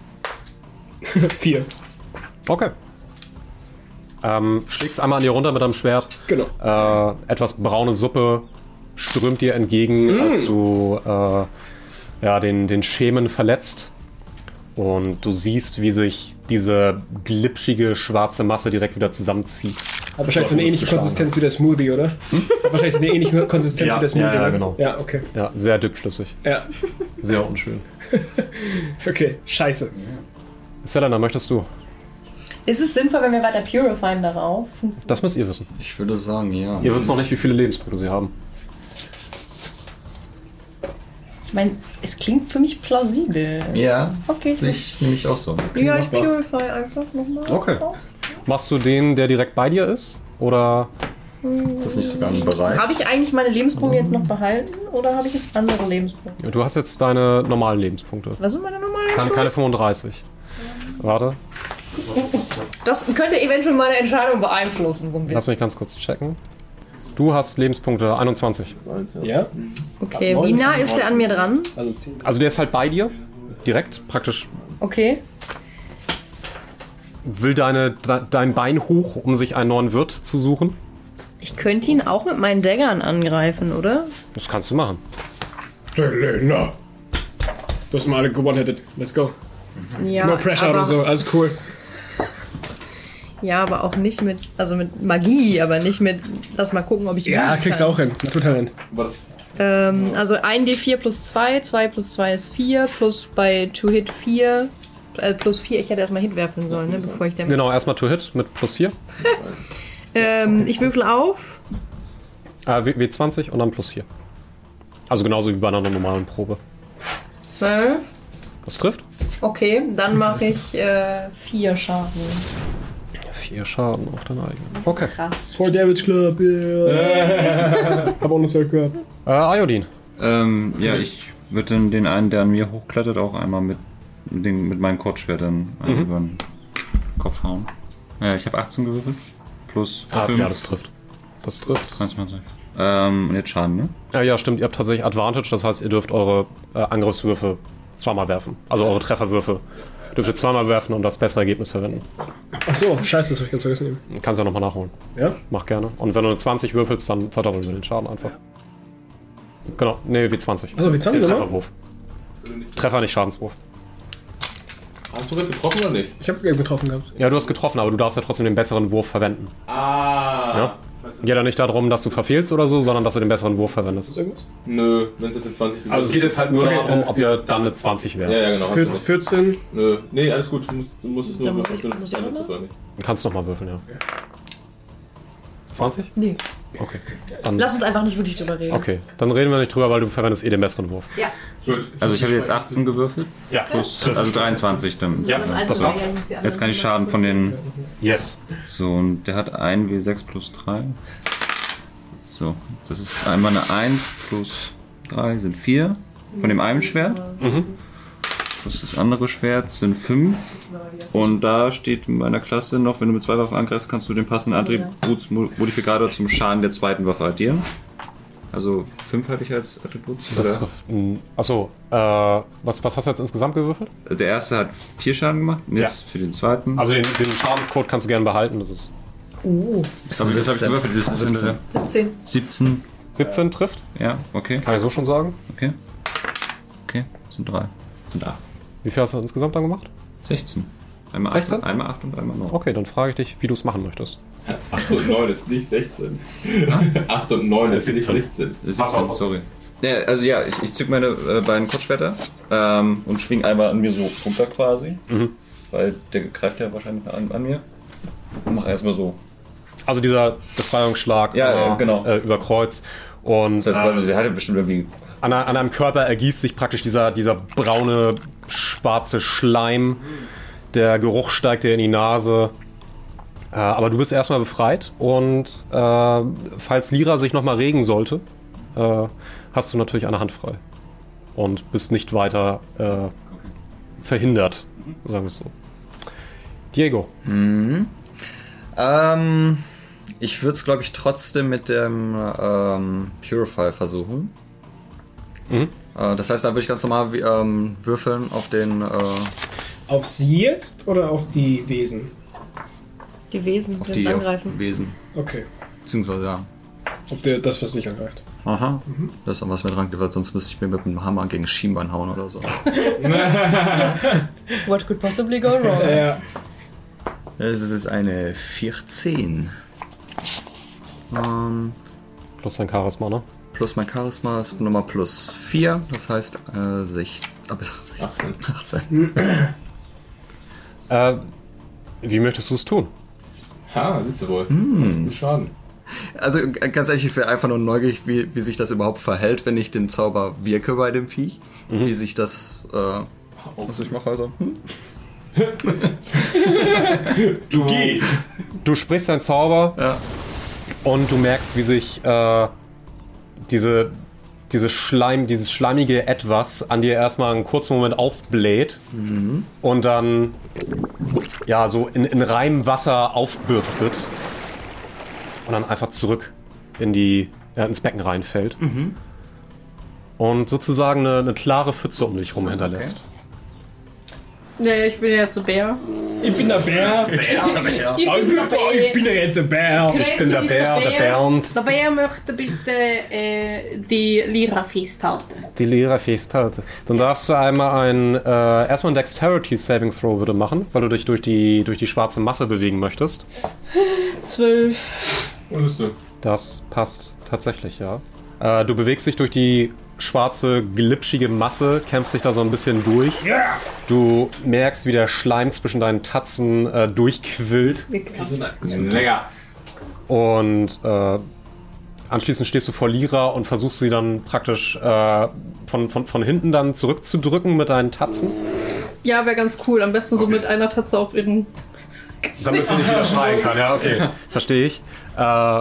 vier. Okay. Ähm, schlägst einmal an dir runter mit deinem Schwert. Genau. Äh, etwas braune Suppe strömt dir entgegen, als du äh, ja, den, den Schemen verletzt. Und du siehst, wie sich diese glitschige schwarze Masse direkt wieder zusammenzieht. Hat wahrscheinlich so eine ähnliche Konsistenz wie der Smoothie, oder? Hat wahrscheinlich so eine ähnliche Konsistenz Ja, wie der Smoothie. ja, ja, oder? genau. Ja, okay. Ja, sehr dickflüssig. Ja. Sehr unschön. Okay, scheiße. Selena, möchtest du? Ist es sinnvoll, wenn wir weiter purifieren darauf? Das müsst ihr wissen. Ich würde sagen, ja. Ihr wisst noch nicht, wie viele Lebenspunkte sie haben. Ich meine, es klingt für mich plausibel. Ja, Okay. ich nehme ich auch so. Ja, ich purify einfach nochmal. Okay. Machst du den, der direkt bei dir ist? Oder? Ist das nicht sogar ein Bereich? Habe ich eigentlich meine Lebenspunkte jetzt noch behalten oder habe ich jetzt andere Lebenspunkte? Du hast jetzt deine normalen Lebenspunkte. Was sind meine normalen Keine, Lebenspunkte? keine fünfunddreißig. Warte, Das könnte eventuell meine Entscheidung beeinflussen, so ein bisschen. lass mich ganz kurz checken. Du hast Lebenspunkte einundzwanzig. Ja? Okay, wie nah ist er an mir dran? Also zehn. Also der ist halt bei dir. Direkt, praktisch. Okay. Will deine, de, dein Bein hoch, um sich einen neuen Wirt zu suchen. Ich könnte ihn auch mit meinen Daggern angreifen, oder? Das kannst du machen. Selena. Du hast mal alle gewonnen-hitted. Let's go. Ja, No pressure aber, oder so. Alles cool. Ja, aber auch nicht mit, also mit Magie, aber nicht mit, lass mal gucken, ob ich Ja, üben kriegst du kann. auch hin. Naturtalent. Was? Ähm, also ein D vier plus zwei, zwei plus zwei ist vier, plus bei To-Hit vier, äh, plus vier, ich hätte erstmal Hit werfen sollen, ne, bevor ich den... Genau, erstmal to hit mit plus vier. Ähm, ich würfel auf. Äh, W- W20 und dann plus vier. Also genauso wie bei einer normalen Probe. zwölf. Das trifft. Okay, dann mache ich äh, vier Schaden. Vier Schaden auf deinen eigenen. Okay. Krass. For Damage Club, yeah. Hab auch noch so gehört. Äh, Iodin. Ähm, ja, ich würde den, den einen, der an mir hochklettert, auch einmal mit, mit, den, mit meinem Kurzschwert dann einen über den Kopf hauen. Ja, ich habe achtzehn gewürfelt. Plus Ah, fünf. ja, das trifft. Das trifft. dreiundzwanzig. Ähm, und jetzt Schaden, ne? Ja, ja, stimmt. Ihr habt tatsächlich Advantage, das heißt, ihr dürft eure äh, Angriffswürfe zweimal werfen. Also eure Trefferwürfe dürft ihr zweimal werfen und das bessere Ergebnis verwenden. Ach so, scheiße, das hab ich ganz vergessen. Kannst ja nochmal nachholen. Ja? Mach gerne. Und wenn du eine zwanzig würfelst, dann verdoppeln wir den Schaden einfach. Genau, nee, W zwanzig. Achso, W zwanzig, Den genau. Trefferwurf. Treffer, nicht Schadenswurf. Hast du gerade getroffen oder nicht? Ich hab getroffen gehabt. Ja, du hast getroffen, aber du darfst ja trotzdem den besseren Wurf verwenden. Ah. Ja? Geht ja nicht darum, dass du verfehlst oder so, sondern dass du den besseren Wurf verwendest. Irgendwas? Nö, wenn es jetzt eine zwanzig Also es geht jetzt halt nur Okay, darum, äh, ob ihr dann eine zwanzig werft. Ja, ja, genau. Hast du Vier, nicht. vierzehn. Nö. Nee, alles gut. Du musst, du musst es nur Da muss würfeln, ich- ob du muss ich das auch ist oder nicht. Du kannst nochmal würfeln, ja. zwanzig? Nee. Okay. Dann, Lass uns einfach nicht wirklich drüber reden. okay, dann reden wir nicht drüber, weil du verwendest eh den besseren Wurf. Ja. Gut. Also ich habe jetzt achtzehn gewürfelt. Ja, Plus, also dreiundzwanzig dann. Ja, Das das war's. Jetzt kann ich Schaden von den... Yes. So, und der hat ein W sechs plus drei. So, das ist einmal eine eins plus drei sind vier. Von dem einen Schwert. Mhm. Plus das andere Schwert sind fünf. Und da steht in meiner Klasse noch, wenn du mit zwei Waffen angreifst, kannst du den passenden Attributsmodifikator zum Schaden der zweiten Waffe addieren. Also fünf hatte ich als Attribut. Achso, äh, was, was hast du jetzt insgesamt gewürfelt? Der erste hat vier Schaden gemacht und jetzt ja. für den zweiten. Also den, den Schadenscode kannst du gerne behalten. Das ist. Oh. Das habe ich gewürfelt. Das ist siebzehn. siebzehn. siebzehn. siebzehn trifft? Ja, okay. Kann ich so schon sagen? Okay. Okay, das sind drei. Das sind acht. Wie viel hast du insgesamt dann gemacht? sechzehn. Einmal sechzehn? acht, einmal acht und einmal neun. Okay, dann frage ich dich, wie du es machen möchtest. acht und neun ist nicht sechzehn. acht und neun ist nicht sechzehn. siebzehn, sorry. Ja, also ja, ich, ich zück meine äh, beiden Kurzschwerter ähm, und schwing einmal an mir so runter quasi. Mhm. Weil der greift ja wahrscheinlich an, an mir. Und mach erstmal so. Also dieser Befreiungsschlag ja, über, ja, genau. äh, über Kreuz. Und das heißt, also, der hatte bestimmt irgendwie. An, an einem Körper ergießt sich praktisch dieser, dieser braune, schwarze Schleim. Der Geruch steigt dir in die Nase. Äh, aber du bist erstmal befreit. Und äh, falls Lyra sich nochmal regen sollte, äh, hast du natürlich eine Hand frei. Und bist nicht weiter äh, okay. verhindert, sagen wir es so. Diego. Mhm. Ähm, ich würde es, glaube ich, trotzdem mit dem ähm, Purify versuchen. Mhm. Äh, das heißt, da würde ich ganz normal ähm, würfeln auf den... Äh, auf sie jetzt oder auf die Wesen? Die Wesen, auf die die uns angreifen. Auf Wesen. Okay. Beziehungsweise, ja. Auf der, das, was nicht angreift. Aha. Mhm. Das ist auch was mit Rank, weil sonst müsste ich mir mit dem Hammer gegen das Schienbein hauen oder so. What could possibly go wrong? Ja. Das ist eine vierzehn. Ähm, plus dein Charisma, ne? Plus mein Charisma ist nochmal plus vier, das heißt äh, sechzehn. achtzehn. achtzehn. äh, wie möchtest du es tun? Ha, siehst du wohl. Hm. Schaden. Also ganz ehrlich, ich wäre einfach nur neugierig, wie, wie sich das überhaupt verhält, wenn ich den Zauber wirke bei dem Viech. Mhm. Wie sich das... Äh, was ich mache also. Hm? du, du sprichst deinen Zauber ja. und du merkst, wie sich äh, diese, diese Schleim, dieses schleimige Etwas an dir erstmal einen kurzen Moment aufbläht mhm. und dann ja so in, in reinem Wasser aufbürstet und dann einfach zurück in die, ja, ins Becken reinfällt mhm. und sozusagen eine, eine klare Pfütze um dich rum hinterlässt. Okay. Nee, ich bin ja jetzt ein Bär. Ich bin der Bär. Bär. Ich, bin der Bär. Ich bin ja jetzt ein Bär. Ich bin der Bär, der Bernd. Der Bär möchte bitte äh, die Lyra festhalten. Die Lyra festhalten. Dann darfst du einmal ein, äh, erstmal ein Dexterity Saving Throw bitte machen, weil du dich durch die, durch die schwarze Masse bewegen möchtest. Zwölf. Was ist du? Das passt tatsächlich, ja. Äh, du bewegst dich durch die schwarze, glitschige Masse, kämpfst dich da so ein bisschen durch. Yeah. Du merkst, wie der Schleim zwischen deinen Tatzen äh, durchquillt. Die sind lecker. Und äh, anschließend stehst du vor Lyra und versuchst sie dann praktisch äh, von, von, von hinten dann zurückzudrücken mit deinen Tatzen. Ja, wäre ganz cool. Am besten so okay. mit einer Tatze auf ihren... Damit sie nicht wieder schreien kann, ja, okay. Verstehe ich. Äh, Mach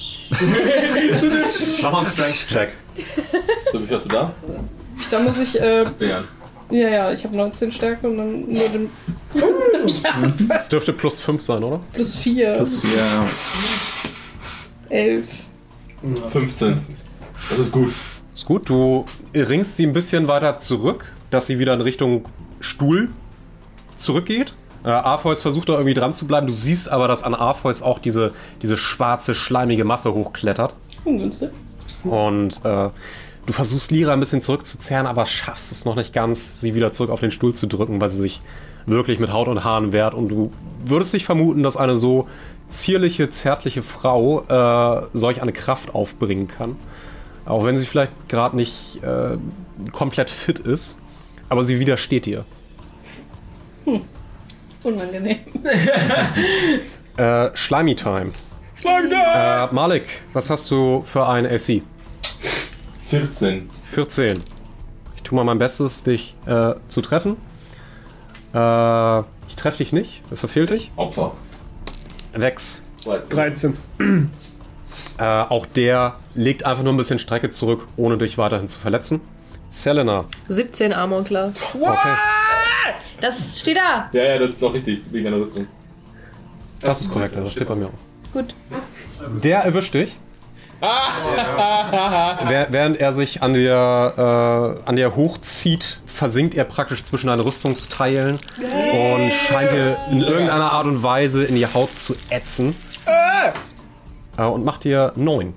mal einen Strength-Check. So, wie viel hast du da? Da muss ich, äh... Ja, ja, ja ich habe neunzehn Stärke und dann nur den... ja. Das dürfte plus fünf sein, oder? Plus vier. Plus vier, ja. elf. fünfzehn. Das ist gut. Ist gut, du ringst sie ein bisschen weiter zurück, dass sie wieder in Richtung Stuhl zurückgeht. Äh, Arpheus versucht da irgendwie dran zu bleiben. Du siehst aber, dass an Arpheus auch diese, diese schwarze, schleimige Masse hochklettert. Ungünstig. Und äh, du versuchst Lyra ein bisschen zurückzuzerren, aber schaffst es noch nicht ganz, sie wieder zurück auf den Stuhl zu drücken, weil sie sich wirklich mit Haut und Haaren wehrt. Und du würdest nicht vermuten, dass eine so zierliche, zärtliche Frau äh, solch eine Kraft aufbringen kann. Auch wenn sie vielleicht gerade nicht äh, komplett fit ist. Aber sie widersteht dir. Hm. Unangenehm. äh, Slimy Time. Slimy Time! Äh, Malik, was hast du für ein A C? vierzehn. vierzehn. Ich tue mal mein Bestes, dich äh, zu treffen. Äh, ich treffe dich nicht. Verfehlt dich. Opfer. Vex. dreizehn. dreizehn. Äh, auch der legt einfach nur ein bisschen Strecke zurück, ohne dich weiterhin zu verletzen. Selena. siebzehn Armor Class. Okay. Das steht da. Ja, ja, das ist auch richtig, wegen einer Rüstung. Das ist korrekt, das steht bei mir auch. Gut. Der erwischt dich. Wer- Während er sich an dir, äh, an dir hochzieht, versinkt er praktisch zwischen deinen Rüstungsteilen und scheint dir in irgendeiner Art und Weise in die Haut zu ätzen. Äh, und macht dir neun.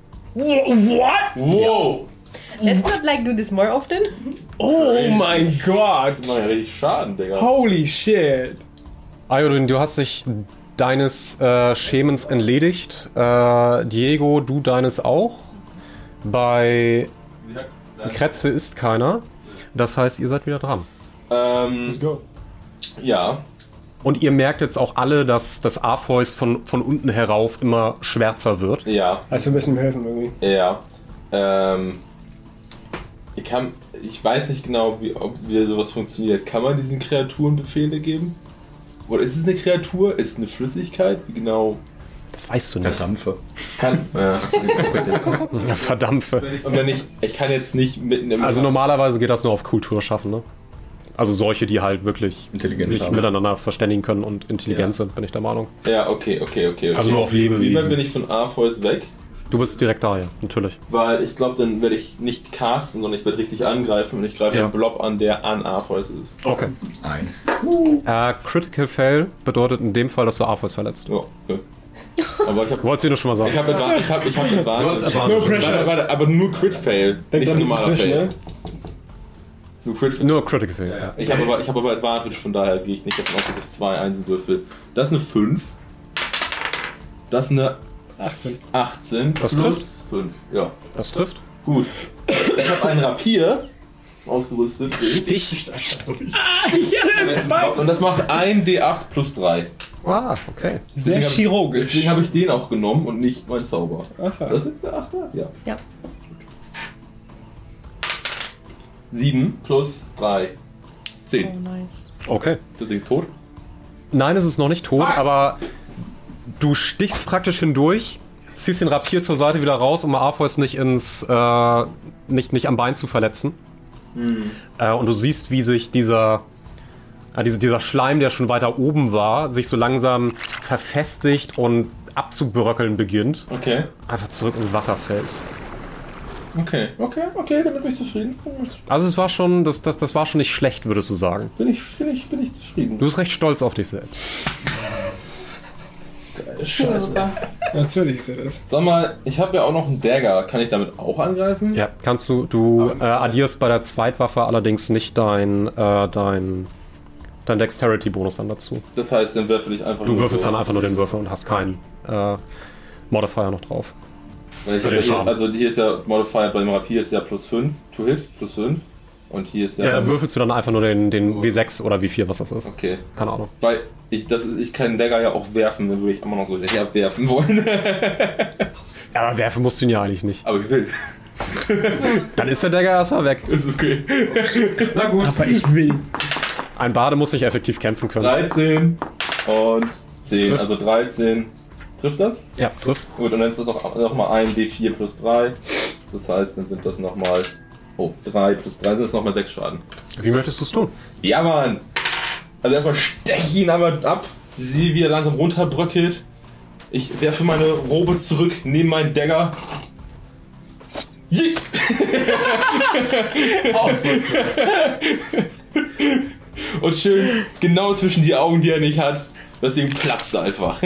Wow! Let's not like do this more often. Oh mein Gott! Das macht ja richtig Schaden, Digga. Holy shit! Ayodin, du hast dich deines äh, Schemens entledigt. Äh, Diego, du deines auch. Bei Kretze ist keiner. Das heißt, ihr seid wieder dran. Ähm, Let's go. ja. Und ihr merkt jetzt auch alle, dass das Arpheus von, von unten herauf immer schwärzer wird. Ja. Also ein bisschen helfen irgendwie. Ja. Ähm, ich kann, ich weiß nicht genau, wie, ob wie sowas funktioniert. Kann man diesen Kreaturen Befehle geben? Oder ist es eine Kreatur? Ist es eine Flüssigkeit? Wie genau? Das weißt du nicht. Verdampfe. Kann. Ja. Ja, verdampfe. Und wenn ich, ich kann jetzt nicht mitten im. Also normalerweise geht das nur auf Kultur schaffen, ne? Also solche, die halt wirklich Intelligenz sich haben. miteinander verständigen können und intelligent Ja. sind, bin ich der Meinung. Ja, okay, okay, okay. okay. Also nur auf Lebewesen. Wie weit bin ich von Arpheus weg? Du bist direkt da, ja, natürlich. Weil ich glaube, dann werde ich nicht casten, sondern ich werde richtig angreifen und ich greife Ja. den Blob an, der an Arpheus ist. Okay. Eins. Äh, Critical Fail bedeutet in dem Fall, dass du Arpheus verletzt. Ja, okay. Aber ich habe Wolltest du dir nur schon mal sagen? ich habe Advantage. Ich habe ich hab Advantage. No pressure. Warte, warte, aber nur Crit Fail, Denk nicht dran, normaler das ist Fail. ne? Nur Crit Fail. Nur Critical Fail. Ja. Ich habe aber, ich hab aber Advantage, von daher gehe ich nicht davon aus, dass ich zwei Einsen würfel. Das ist eine fünf. Das ist eine achtzehn. achtzehn. Das plus fünf. Ja, Das trifft. gut. Ich habe einen Rapier ausgerüstet. Sticht. Ja, das Und das macht ein D acht plus drei. Ah, okay. Sehr Deswegen hab- chirurgisch. Deswegen habe ich den auch genommen und nicht mein Zauber. Aha. Das ist jetzt der achte? Ja. Ja. sieben plus drei. zehn. Oh, nice. Okay. Ist das Ding tot? Nein, es ist noch nicht tot, aber du stichst praktisch hindurch, ziehst den Rapier zur Seite wieder raus, um Arpheus nicht ins, äh, nicht, nicht am Bein zu verletzen. Äh, und du siehst, wie sich dieser, äh, diese, dieser Schleim, der schon weiter oben war, sich so langsam verfestigt und abzubröckeln beginnt. Okay. Einfach zurück ins Wasser fällt. Okay, okay, okay, damit bin ich zufrieden. Also es war schon, das, das, das war schon nicht schlecht, würdest du sagen. Bin ich, bin ich, bin ich zufrieden. Du bist recht stolz auf dich selbst. Scheiße. Natürlich ist er das. Sag mal, ich habe ja auch noch einen Dagger. Kann ich damit auch angreifen? Ja, kannst du, du äh, addierst bei der Zweitwaffe allerdings nicht dein, äh, dein, dein Dexterity-Bonus dann dazu. Das heißt, dann würfel ich einfach Du nur würfelst so. dann einfach nur den Würfel und hast keinen äh, Modifier noch drauf. Weil ich für hab den ja hier, Schaden. also hier ist ja Modifier beim Rapier ist ja plus fünf. To hit, plus fünf. Und hier ist ja... Ja, würfelst du dann einfach nur den, den W sechs oder W vier, was das ist. Okay. Keine Ahnung. Weil ich, das ist, ich kann den Dagger ja auch werfen, dann würde ich immer noch so hinterher werfen wollen. Ja, aber werfen musst du ihn ja eigentlich nicht. Aber ich will. Dann ist der Dagger erstmal weg. Ist okay. Na gut. Aber ich will. Ein Bade muss nicht effektiv kämpfen können. dreizehn und zehn. trifft. Also dreizehn. Trifft das? Ja, trifft. Gut, und dann ist das noch, noch mal ein D vier plus drei. Das heißt, dann sind das nochmal... Oh, drei plus drei sind das nochmal sechs Schaden. Wie möchtest du es tun? Ja, Mann! Also erstmal steche ich ihn aber ab. Sehe, wie er langsam runterbröckelt. Ich werfe meine Robe zurück, nehme meinen Dagger. Yes! Und schön genau zwischen die Augen, die er nicht hat. Das Ding platzt einfach.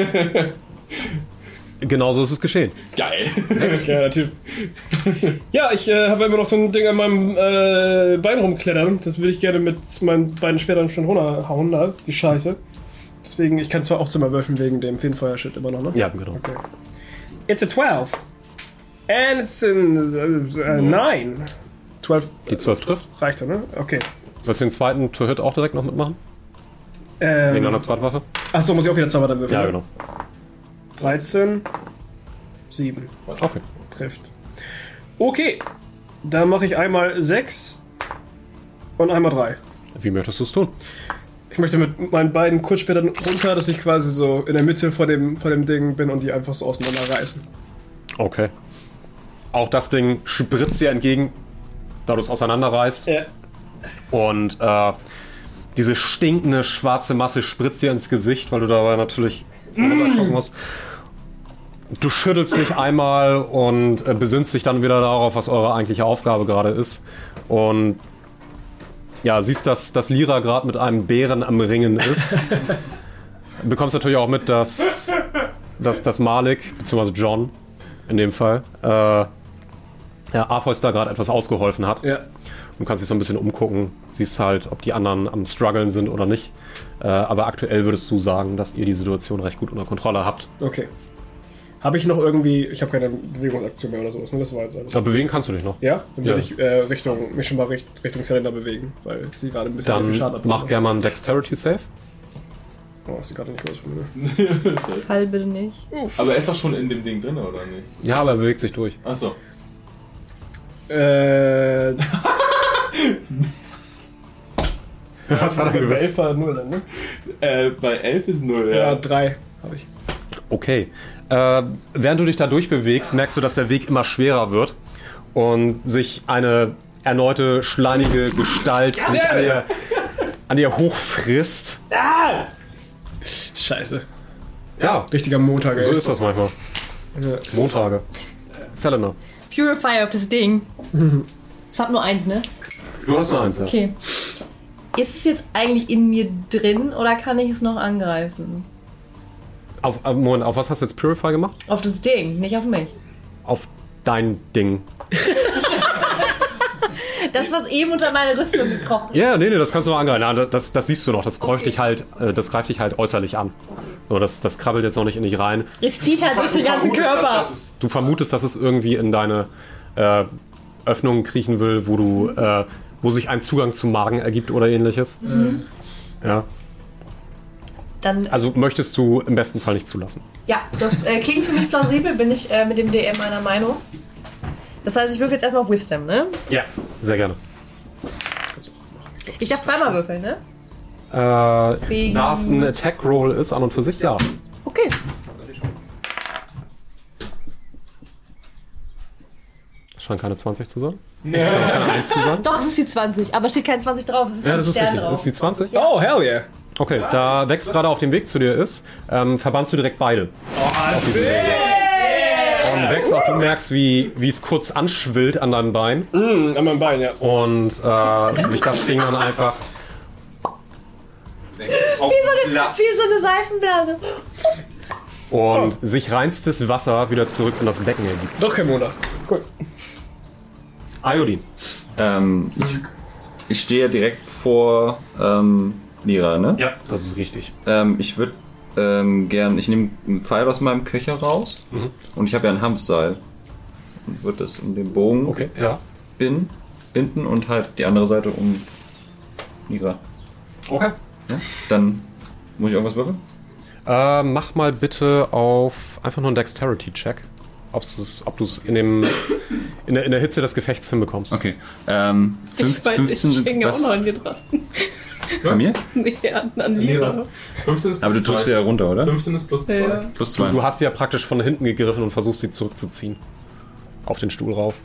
Genauso ist es geschehen. Geil. Geiler Typ. Ja, ich äh, habe immer noch so ein Ding an meinem äh, Bein rumklettern. Das würde ich gerne mit meinen beiden Schwertern schon runterhauen, da, die Scheiße. Deswegen, ich kann zwar auch Zimmer würfeln wegen dem Feenfeuer-Shit immer noch, ne? Ja, genau. Okay. It's a twelve. And it's a uh, nine. zwölf Die zwölf trifft. reicht ja, ne? Okay. Willst du den zweiten To-Hit auch direkt noch mitmachen? Ähm, Wegen deiner Zweitwaffe? Achso, muss ich auch wieder Zauber dann würfeln? Ja, ne? genau. dreizehn. sieben. Okay. Trifft. Okay. Dann mache ich einmal sechs und einmal drei. Wie möchtest du es tun? Ich möchte mit meinen beiden Kurzschwertern runter, dass ich quasi so in der Mitte vor dem, vor dem Ding bin und die einfach so auseinanderreißen. Okay. Auch das Ding spritzt dir entgegen, da du es auseinanderreißt. Ja. Und äh, diese stinkende schwarze Masse spritzt dir ins Gesicht, weil du dabei natürlich runtergucken musst. Du schüttelst dich einmal und äh, besinnst dich dann wieder darauf, was eure eigentliche Aufgabe gerade ist. Und ja, siehst, dass, dass Lyra gerade mit einem Bären am Ringen ist. Du bekommst natürlich auch mit, dass, dass, dass Malik, beziehungsweise John in dem Fall, äh, ja, Arpheus da gerade etwas ausgeholfen hat. Ja. Du kannst dich so ein bisschen umgucken, siehst halt, ob die anderen am struggeln sind oder nicht. Äh, aber aktuell würdest du sagen, dass ihr die Situation recht gut unter Kontrolle habt. Okay. Habe ich noch irgendwie... Ich habe keine Bewegungsaktion mehr oder sowas, ne? Das war jetzt alles. Aber bewegen kannst du dich noch. Ja? Dann Ja. würde ich äh, Richtung, mich schon mal richt, Richtung Zylinder bewegen, weil sie gerade ein bisschen Dann viel Schaden abbekommen. mach gerne mal einen Dexterity-Save. Oh, ist sie gerade nicht groß von mir. Fall bitte nicht. Aber er ist doch schon in dem Ding drin, oder nicht? Ja, aber er bewegt sich durch. Achso. Äh... Was hat er Bei gewürfelt? elf war null dann, ne? Äh, bei elf ist null, Ja, ja. drei habe ich. Okay. Äh, während du dich da durchbewegst, merkst du, dass der Weg immer schwerer wird und sich eine erneute schleimige Gestalt sich an dir, an dir hochfrisst. Scheiße. Ja, Richtiger Montag, ey. so ist das manchmal. Ja. Montage. Zelena. Purify auf das Ding. Es hat nur eins, ne? Du hast nur eins, ja. Okay. Ist es jetzt eigentlich in mir drin oder kann ich es noch angreifen? Auf, äh, Moment, auf was hast du jetzt Purify gemacht? Auf das Ding, nicht auf mich. Auf dein Ding. Das, was eben unter meine Rüstung gekrochen ist. Ja, nee, nee, das kannst du noch angreifen. Na, das, das siehst du noch. Das greift Okay. dich halt, äh, das greift dich halt äußerlich an. So, das, das krabbelt jetzt noch nicht in dich rein. Es zieht halt durch den ganzen Körper. Du vermutest, dass es irgendwie in deine äh, Öffnungen kriechen will, wo du, äh, wo sich ein Zugang zum Magen ergibt oder ähnliches. Mhm. Ja. Dann, Also möchtest du im besten Fall nicht zulassen. ja, das äh, klingt für mich plausibel, bin ich äh, mit dem D M einer Meinung. Das heißt, ich würfel jetzt erstmal auf Wisdom, ne? Ja, sehr gerne. Ich darf zweimal würfeln, ne? Äh, Wegen- da es ein Attack-Roll ist an und für sich, ja. Okay. Scheint keine zwanzig zu sein. Ja. Scheint keine eins zu sein. Doch, es ist die zwanzig, aber steht kein zwanzig drauf. Es ist Ja, ein das ist Stern richtig. drauf. Das ist die zwanzig? Oh, hell yeah. Okay, da Vex gerade auf dem Weg zu dir ist, ähm, verbannst du direkt beide. Oh, sick. Und Vex, auch du merkst, wie wie es kurz anschwillt an deinem Bein. Mm, an meinem Bein, ja. Und äh, sich das Ding dann einfach Wie so, eine, wie so eine Seifenblase. und sich reinstes Wasser wieder zurück in das Becken ergibt. Doch kein Monat. Cool. Iodin. Ähm, ich, ich stehe direkt vor ähm, Lyra, ne? Ja, das ist richtig. Ähm, ich würde ähm, gern, ich nehme einen Pfeil aus meinem Köcher raus Mhm. und ich habe ja ein Hanfseil und würde das um den Bogen Okay, ja. binden, binden und halt die andere Seite um Lyra. Okay. Ja? Dann muss ich irgendwas würfeln? Äh, mach mal bitte auf einfach nur einen Dexterity-Check. Ob's, ob du es in, dem, in, der, in der Hitze des Gefechts hinbekommst. Okay. Ähm, fünf, fünfzehn. Ich hänge ja auch was- noch an dir dran. Bei mir? Nee, an, an Lira. fünfzehn ist Aber du plus drückst sie zwei. ja runter, oder? fünfzehn ist plus zwei. Ja. Plus Du, zwei. du hast sie ja praktisch von hinten gegriffen und versuchst sie zurückzuziehen. Auf den Stuhl rauf.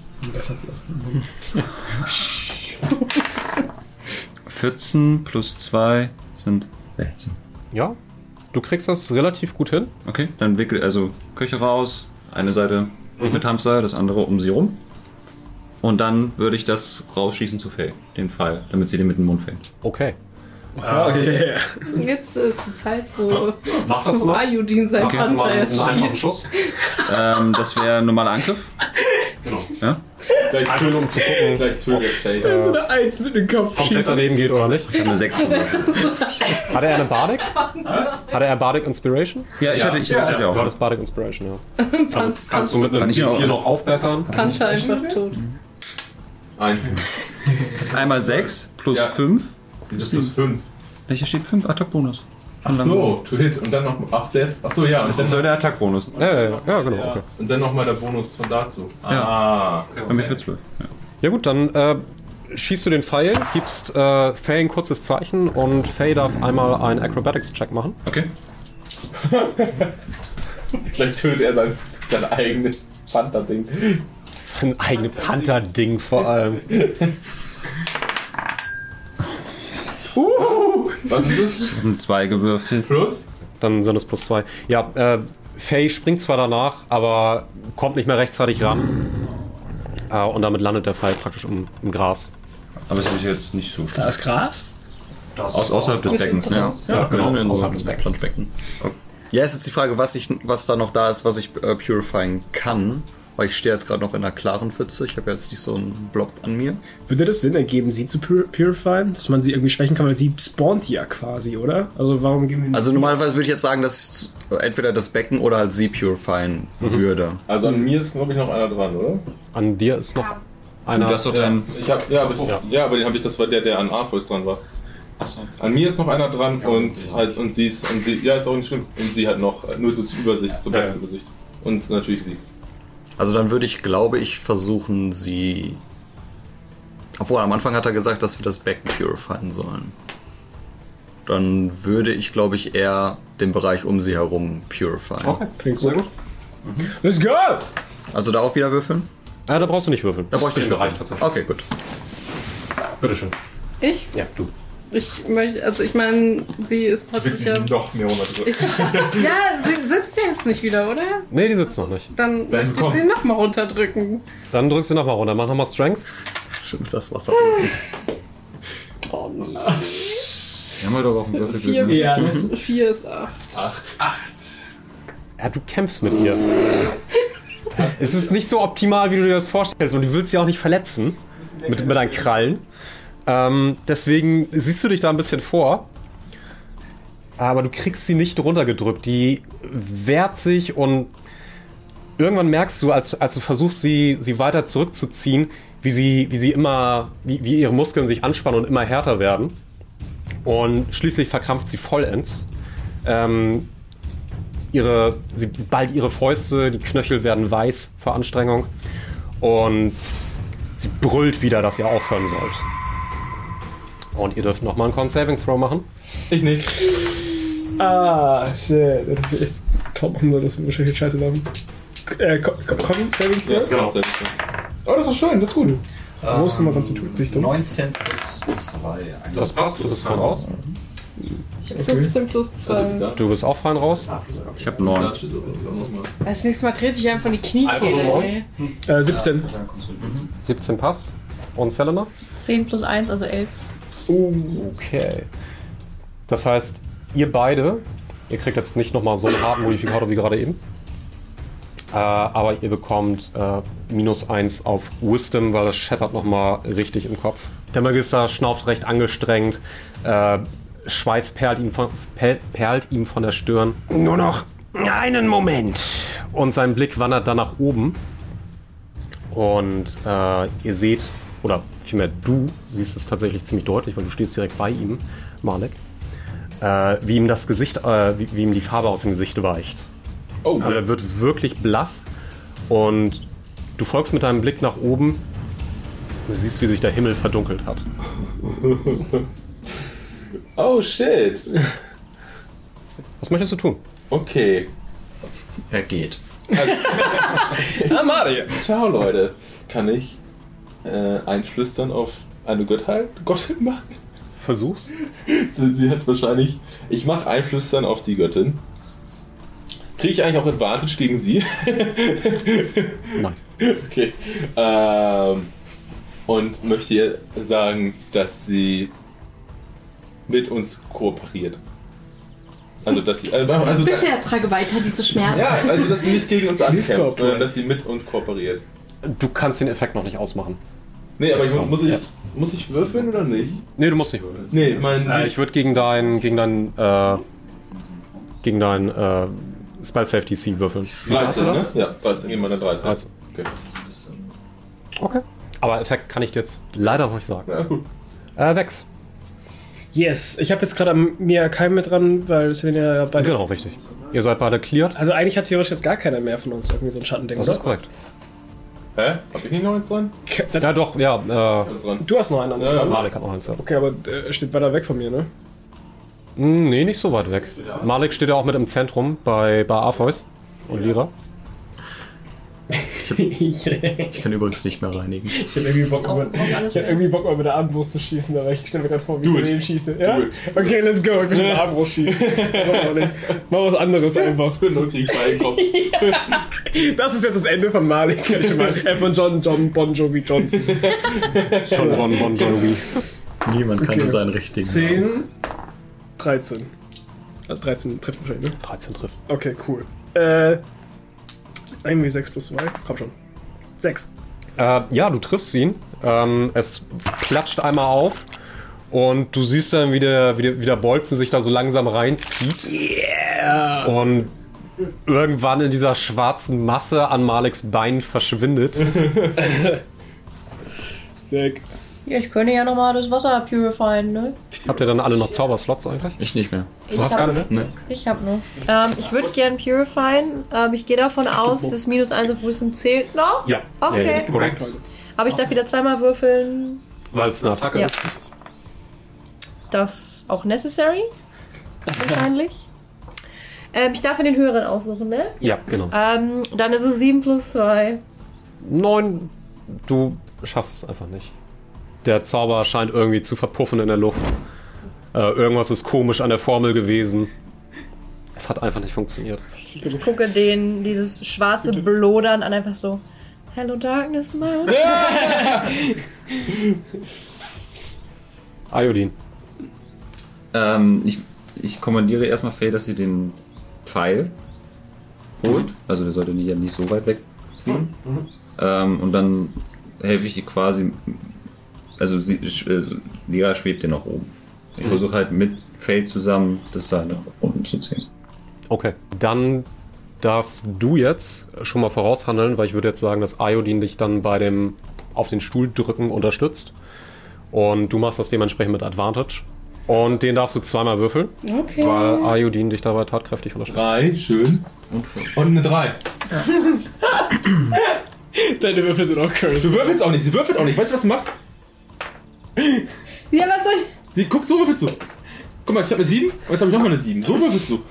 vierzehn plus zwei sind sechzehn. Ja, du kriegst das relativ gut hin. Okay, dann wickel also Köcher raus, eine Seite mit Hamster, das andere um sie rum. Und dann würde ich das rausschießen zu Faye, den Pfeil, damit sie den mit dem Mund fängt. Okay. Oh, yeah. Jetzt ist die Zeit, wo, Mach das wo mal. Iodin sein Okay, Panther mal einen einfachen schießt. Schuss. Ähm, das wäre ein normaler Angriff. Genau. Ja? Gleich, Einfach nur um zu gucken, gleich tötet Faye. So eine Eins mit dem Kopf komplett schießen. daneben geht oder nicht. Ich habe eine sechs gewürfelt. Hatte er eine Bardic? Hatte er Bardic Inspiration? Ja, ich hatte, ich hatte Du auch. hattest Bardic Inspiration, ja. Also kannst du mit einem Kann ich D auch- vier noch aufbessern. Panther einfach tot. Eins. Einmal sechs plus Ja. fünf. Wieso plus fünf? Hier steht fünf Attack-Bonus. Ach so, to hit. Und dann noch. Ach, das. Ach so, ja. Und Das dann, soll der Attack-Bonus. Ja, ja, ja, ja genau. ja. Okay. Und dann nochmal der Bonus von dazu. Ah. Bei mir für zwölf. Ja. Ja gut, dann äh, schießt du den Pfeil, gibst äh, Faye ein kurzes Zeichen und Faye darf einmal einen Acrobatics-Check machen. Okay. Gleich tötet er seinen, Sein eigenes Panther-Ding. Sein eigenes Panther-Ding vor allem. Uh, was ist das? Ich habe zwei gewürfelt. Plus? Dann sind es plus zwei. Ja, äh, Faye springt zwar danach, aber kommt nicht mehr rechtzeitig ran. Äh, und damit landet der Pfeil praktisch im, im Gras. Aber es ist jetzt nicht so schlimm. Da ist Gras? Aus, außerhalb des Beckens, ja. Ja, genau, Wir sind in so außerhalb einem des Beckens. Planschbecken. Ja, ist jetzt die Frage, was, ich, was da noch da ist, was ich äh, purifyen kann. Weil ich stehe jetzt gerade noch in einer klaren Pfütze. Ich habe jetzt nicht so einen Blob an mir. Würde das Sinn ergeben, sie zu pur purifieren? Dass man sie irgendwie schwächen kann, weil sie spawnt ja quasi, oder? Also warum geben wir nicht Also sie? normalerweise würde ich jetzt sagen, dass ich entweder das Becken oder halt sie purifyen würde. Also an mir ist, glaube ich, noch einer dran, oder? An dir ist noch einer. Du hast doch Ja, dein. ich hab, ja, aber, ich, Ja. ja, aber den habe ich, das war der, der an Arthurs dran war. An mir ist noch einer dran und halt und sie ist und sie, ja ist auch nicht schlimm. Und sie hat noch äh, nur so zur Übersicht, zur Ja, ja. Beckenübersicht. Und natürlich sie. Also dann würde ich, glaube ich, versuchen, sie... Obwohl, am Anfang hat er gesagt, dass wir das Becken purifyen sollen. Dann würde ich, glaube ich, eher den Bereich um sie herum purifyen. Okay, Klingt gut. Let's go! Also darauf wieder würfeln? Äh, da brauchst du nicht würfeln. Da brauche ich Das nicht reicht würfeln. tatsächlich. Okay, gut. Bitteschön. Ich? Ja, du. Ich möchte, also ich meine, sie ist hat sich ja. noch mehr runter. Ich, ja, sie sitzt ja jetzt nicht wieder, oder? Nee, die sitzt noch nicht. Dann Dann möchte ich komm. sie nochmal runterdrücken. Dann drückst du nochmal runter. Mach nochmal Strength. Stimmt, das Wasser. Oh nein. Wir haben heute aber auch einen Würfel. Vier, Ne? Ja. plus vier ist acht. Acht. Ja, du kämpfst mit ihr. Es ist nicht so optimal, wie du dir das vorstellst. Und du willst sie auch nicht verletzen. Mit, mit deinen Krallen. Ähm, deswegen siehst du dich da ein bisschen vor. Aber du kriegst sie nicht runtergedrückt. Die wehrt sich und irgendwann merkst du, als, als du versuchst, sie, sie weiter zurückzuziehen, wie sie, wie sie immer, wie, wie ihre Muskeln sich anspannen und immer härter werden. Und schließlich verkrampft sie vollends. Ähm, ihre, sie, sie ballt ihre Fäuste, die Knöchel werden weiß vor Anstrengung. Und sie brüllt wieder, dass ihr aufhören sollt. Und ihr dürft nochmal einen Con-Saving-Throw machen. Ich nicht. Ah, shit. Das wird echt top machen soll, das wird wahrscheinlich scheiße laufen. Äh, Con Saving Ja, Throw? genau. Oh, das ist schön, das ist gut. Du musst mal konzentriert dich dumm. neunzehn plus zwei. Das passt, du bist fein raus. Ich habe fünfzehn plus zwei. Du bist auch fein raus. Ich habe neun. Das nächste Mal trete ich einfach in die Kniekehle. ey. Äh, siebzehn. siebzehn passt. Und Selena? zehn plus eins, also elf. Okay. Das heißt, ihr beide, ihr kriegt jetzt nicht nochmal so einen harten Modifikator wie gerade eben. Äh, aber ihr bekommt äh, minus eins auf Wisdom, weil das scheppert nochmal richtig im Kopf. Der Magister schnauft recht angestrengt. Äh, Schweiß perlt ihm, von, perlt, perlt ihm von der Stirn. Nur noch einen Moment. Und sein Blick wandert dann nach oben. Und äh, ihr seht, oder vielmehr du siehst es tatsächlich ziemlich deutlich, weil du stehst direkt bei ihm, Malek, äh, wie ihm das Gesicht, äh, wie, wie ihm die Farbe aus dem Gesicht weicht. Oh, Also er wird wirklich blass und du folgst mit deinem Blick nach oben und du siehst, wie sich der Himmel verdunkelt hat. oh shit. Was möchtest du tun? Okay. Er geht. Ah, Mario. Ciao, Leute. Kann ich äh, einflüstern auf eine Gottheit, Gottin machen? Versuch's. Sie, sie hat wahrscheinlich... Ich mache Einflüstern auf die Göttin. Kriege ich eigentlich auch Advantage gegen sie? Nein. Okay. Ähm, und möchte ihr sagen, dass sie mit uns kooperiert. Also, dass sie... Also, also, Bitte ertrage weiter diese Schmerzen. ja, also, dass sie nicht gegen uns ankämpft, kooperiert. sondern dass sie mit uns kooperiert. Du kannst den Effekt noch nicht ausmachen. Nee, aber Das ich muss, kommt, muss, ich, ja. muss ich würfeln oder nicht? Nee, du musst nicht würfeln. Nee, mein... Äh, ich würde gegen dein, gegen dein, äh, gegen dein, äh, Spell Save D C würfeln. dreizehn, ne? das? Ja, dreizehn, gehen wir eine dreizehn. dreizehn. Okay. Okay. Aber Effekt kann ich dir jetzt leider noch nicht sagen. Ja, gut. Äh, Vex. Yes, ich habe jetzt gerade am Mia Keim mit dran, weil es sind ja beide. Genau, richtig. Ihr seid beide cleared. Also eigentlich hat theoretisch jetzt gar keiner mehr von uns irgendwie so ein Schattending, Das oder? ist korrekt. Hä? Hab ich nicht noch eins dran? K- dann- Ja, doch, ja, äh, Alles dran. Du hast noch einen an. Ja, ja. Malek hat noch eins. Ja. Okay, aber äh, steht weiter weg von mir, ne? Hm, nee, nicht so weit weg. Malek steht ja auch mit im Zentrum bei, bei Arpheus und Lyra. Ich, hab, ich kann übrigens nicht mehr reinigen. Ich hab irgendwie Bock, mal, ich hab irgendwie Bock mal mit der Armbrust zu schießen, aber ich stelle mir gerade vor, wie ich mit dem schieße. Ja? Okay, let's go. Ich will mit der Armbrust schießen. Mach was anderes einfach. Nur krieg ich meinen Kopf. Das ist jetzt das Ende von Malik. Äh, von John John Bon Jovi Johnson. Schon Bon Bon Jovi. Niemand Okay. kannte seinen richtigen Namen. zehn, dreizehn. Also dreizehn trifft wahrscheinlich, ne? dreizehn trifft. Okay, cool. Äh, irgendwie sechs plus zwei. Komm schon. sechs. Äh, ja, du triffst ihn. Ähm, es klatscht einmal auf und du siehst dann, wie der, wie, der, wie der Bolzen sich da so langsam reinzieht. Yeah! Und irgendwann in dieser schwarzen Masse an Maliks Bein verschwindet. Sick. Ja, ich könnte ja nochmal das Wasser purifieren, ne? Habt ihr dann alle noch Zauberslots eigentlich? Ich nicht mehr. Ich Du hast hab, keine, ne? Ne? Ich hab noch. Ähm, ich würde gern purifieren. Ähm, ich gehe davon aus, das minus eins auf Wisdom zählt noch. Ja. Okay. Ja, korrekt. Aber ich darf wieder zweimal würfeln. Weil es eine Attacke Ja. ist. Das ist auch necessary. Wahrscheinlich. ähm, ich darf in den höheren aussuchen, ne? Ja, genau. Ähm, dann ist es sieben plus zwei. Neun, du schaffst es einfach nicht. Der Zauber scheint irgendwie zu verpuffen in der Luft. Äh, irgendwas ist komisch an der Formel gewesen. Es hat einfach nicht funktioniert. Ich gucke den, dieses schwarze Blodern an, einfach so. Hello Darkness, my old Iodin. Ähm, ich, ich kommandiere erstmal Faye, dass sie den Pfeil holt. Also der sollte ja nicht so weit weg fliegen. Ähm, und dann helfe ich ihr quasi. Also sie, äh, Lira schwebt ja noch oben. Ich versuche halt mit Faye zusammen das Seil nach unten zu ziehen. Okay, dann darfst du jetzt schon mal voraushandeln, weil ich würde jetzt sagen, dass Iodin dich dann bei dem auf den Stuhl drücken unterstützt. Und du machst das dementsprechend mit Advantage. Und den darfst du zweimal würfeln, Okay. weil Iodin dich dabei tatkräftig unterstützt. Drei, schön. Und fünf. Und eine drei. Deine Würfel sind auch cursed. Du würfelst auch nicht, sie würfelt auch nicht. Weißt du, was sie macht? Ja, was soll ich. Sie, guck, so würfelst du. Guck mal, ich habe eine sieben und jetzt habe ich nochmal eine sieben. So würfelst du.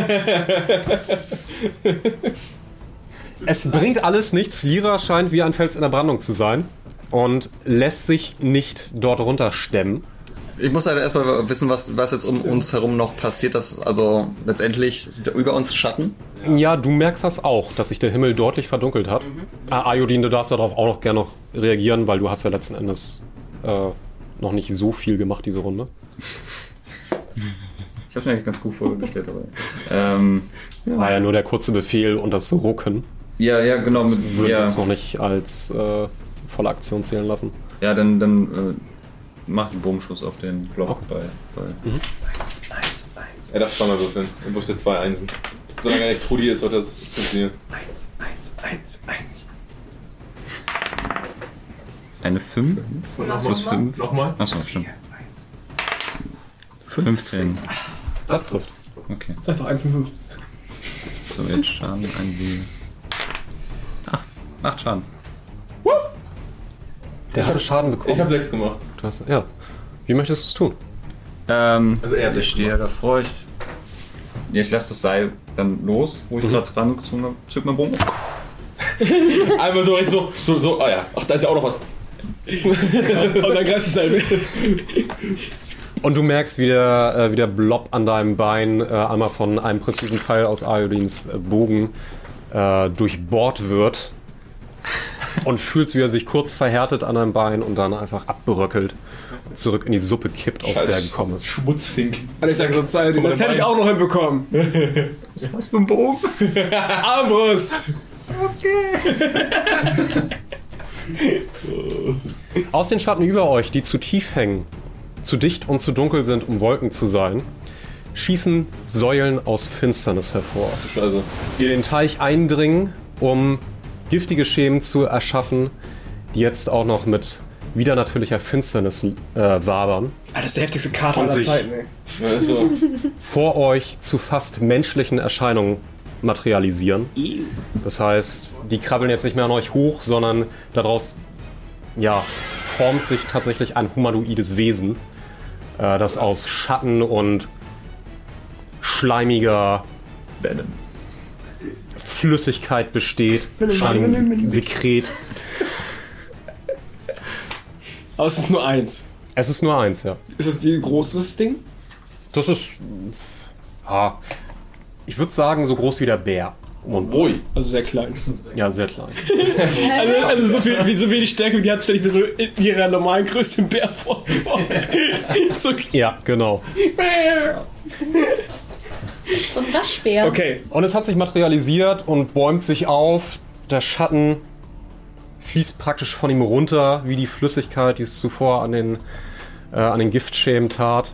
Es bringt alles nichts. Lira scheint wie ein Fels in der Brandung zu sein und lässt sich nicht dort runterstemmen. Ich muss halt erstmal wissen, was, was jetzt um uns herum noch passiert. Dass, also letztendlich sind da über uns Schatten. Ja, du merkst das auch, dass sich der Himmel deutlich verdunkelt hat. Ah, Iodin, du darfst darauf auch noch gerne noch reagieren, weil du hast ja letzten Endes äh, noch nicht so viel gemacht diese Runde. Ich habe mir eigentlich ganz gut vorgestellt, aber. Ähm, War ja nur der kurze Befehl und das Rucken. ja, ja, genau. Mit, Würde ich ja, jetzt noch nicht als äh, volle Aktion zählen lassen. ja, dann, dann äh, mach ich einen Bomenschuss auf den Block Okay. bei. bei Eins, eins. Er darf zweimal würfeln. Er braucht zwei Einsen. Solange er Elektrodi ist, sollte das funktionieren. Eins, eins, eins, eins. Eine fünf plus fünf. Nochmal. Achso, stimmt. Eins. fünfzehn. Das trifft. Okay. Sag doch eins und fünf. So, jetzt Schaden ein W. Acht. Acht Schaden. Der hatte Schaden bekommen. Ich habe sechs gemacht. Du hast, ja. Wie möchtest du es tun? Ähm, Also er hat ich sechs stehe ja davor. Ich, ja, ich lasse das Seil dann los, wo ich Mhm. gerade dran gezogen habe. Zück mal Bogen. Einmal so, so, so, so, oh ja. Ach, da ist ja auch noch was. Und dann greifst du selber. Und du merkst, wie der, äh, wie der Blob an deinem Bein äh, einmal von einem präzisen Pfeil aus Iodins äh, Bogen äh, durchbohrt wird. Und fühlst, wie er sich kurz verhärtet an deinem Bein und dann einfach abbröckelt und zurück in die Suppe kippt, aus der er gekommen ist. Schmutzfink. Und ich sage so, Zeit, Guck mal, das der hätte ich Bein. auch noch hinbekommen. Was für ein Bogen? Armbrust. Aus den Schatten über euch, die zu tief hängen, zu dicht und zu dunkel sind, um Wolken zu sein, schießen Säulen aus Finsternis hervor, Also, die in den Teich eindringen, um giftige Schemen zu erschaffen, die jetzt auch noch mit widernatürlicher Finsternis äh, wabern. Ah, das ist der heftigste Kater Und aller sich- Zeiten, ey. ja, ist so. Vor euch zu fast menschlichen Erscheinungen materialisieren. Das heißt, die krabbeln jetzt nicht mehr an euch hoch, sondern daraus ja, formt sich tatsächlich ein humanoides Wesen, äh, das aus Schatten und schleimiger, Venom. Flüssigkeit besteht. Schein Sekret. Aber es ist nur eins. Es ist nur eins, ja. Ist das, wie groß ist das Ding? Das ist. Ah, ich würde sagen, so groß wie der Bär. Und Ui. Also sehr klein. Ja, sehr klein. also, also so, viel, wie, so wenig Stärke, wie die hat, stelle ich mir so in ihrer normalen Größe im Bär vor. so ja, genau. So ein Waschbär. Okay. Und es hat sich materialisiert und bäumt sich auf. Der Schatten fließt praktisch von ihm runter, wie die Flüssigkeit, die es zuvor an den, äh, an den Giftschemen tat.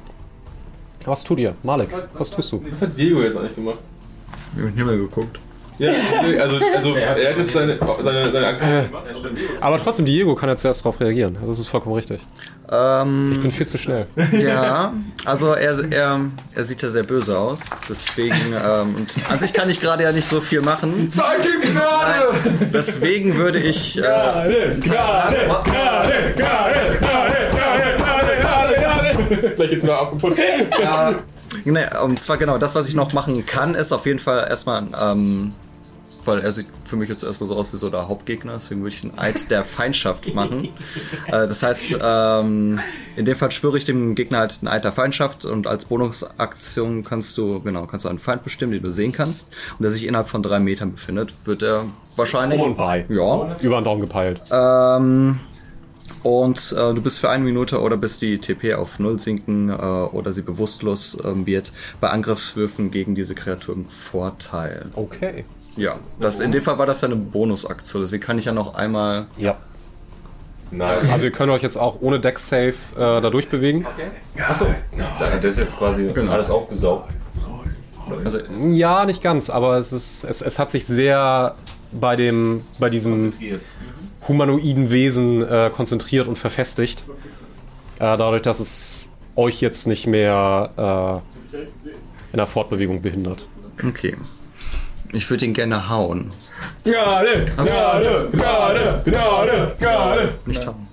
Was tut ihr? Malik, was tust du? Was hat Diego jetzt eigentlich gemacht? Ich hab in den Himmel geguckt. Ja, also, also er hat jetzt seine, seine, seine Aktion Äh, gemacht. aber trotzdem, Diego kann ja zuerst darauf reagieren. Das ist vollkommen richtig. Ähm, Ich bin viel zu schnell. ja, also er, er, er sieht ja sehr böse aus. Deswegen, ähm, und an sich kann ich gerade ja nicht so viel machen. Zeig ihm gerade! Deswegen würde ich. Äh, Gerade, gerade, gerade, gerade, gerade, gerade, gerade, gerade. Gleich jetzt noch abgefunden. Ja, ne, und zwar genau, das, was ich noch machen kann, ist auf jeden Fall erstmal, ähm, weil er sieht für mich jetzt erstmal so aus wie so der Hauptgegner, deswegen würde ich einen Eid der Feindschaft machen. äh, das heißt, ähm, in dem Fall schwöre ich dem Gegner halt einen Eid der Feindschaft und als Bonusaktion kannst du, genau, kannst du einen Feind bestimmen, den du sehen kannst und der sich innerhalb von drei Metern befindet, wird er wahrscheinlich... Um und bei. Ja. Über den Daumen gepeilt. Ähm... Und äh, du bist für eine Minute oder bis die T P auf null sinken äh, oder sie bewusstlos ähm, wird, bei Angriffswürfen gegen diese Kreatur im Vorteil. Okay. Ja, das, in dem Fall war das ja eine Bonusaktion, deswegen kann ich ja noch einmal... Ja. Nice. Also ihr könnt euch jetzt auch ohne Deck-Save äh, da durchbewegen. Achso, das ist jetzt quasi Genau. alles aufgesaugt. Also, Ja, nicht ganz, aber es, ist, es, es hat sich sehr bei, dem, bei diesem humanoiden Wesen äh, konzentriert und verfestigt. Äh, dadurch, dass es euch jetzt nicht mehr äh, in der Fortbewegung behindert. okay. Ich würde ihn gerne hauen. Gerade, gerade, gerade, gerade, gerade. Nicht hauen.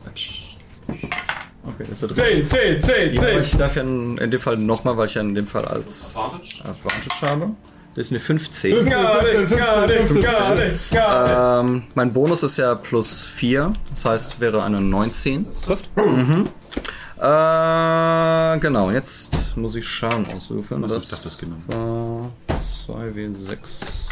Okay, das ist ja das. Zehn, zehn, zehn, Ja, aber zehn. ich darf ja in, in dem Fall nochmal, weil ich ja in dem Fall als Advantage habe. Das ist eine fünfzehn. Gerade, gerade, gerade, gerade. Ähm, mein Bonus ist ja plus vier, das heißt wäre eine neunzehn. Das trifft. Mhm. Äh, genau, jetzt muss ich Schaden auswürfeln. Also, Das ich dachte, das geht war zwei W sechs.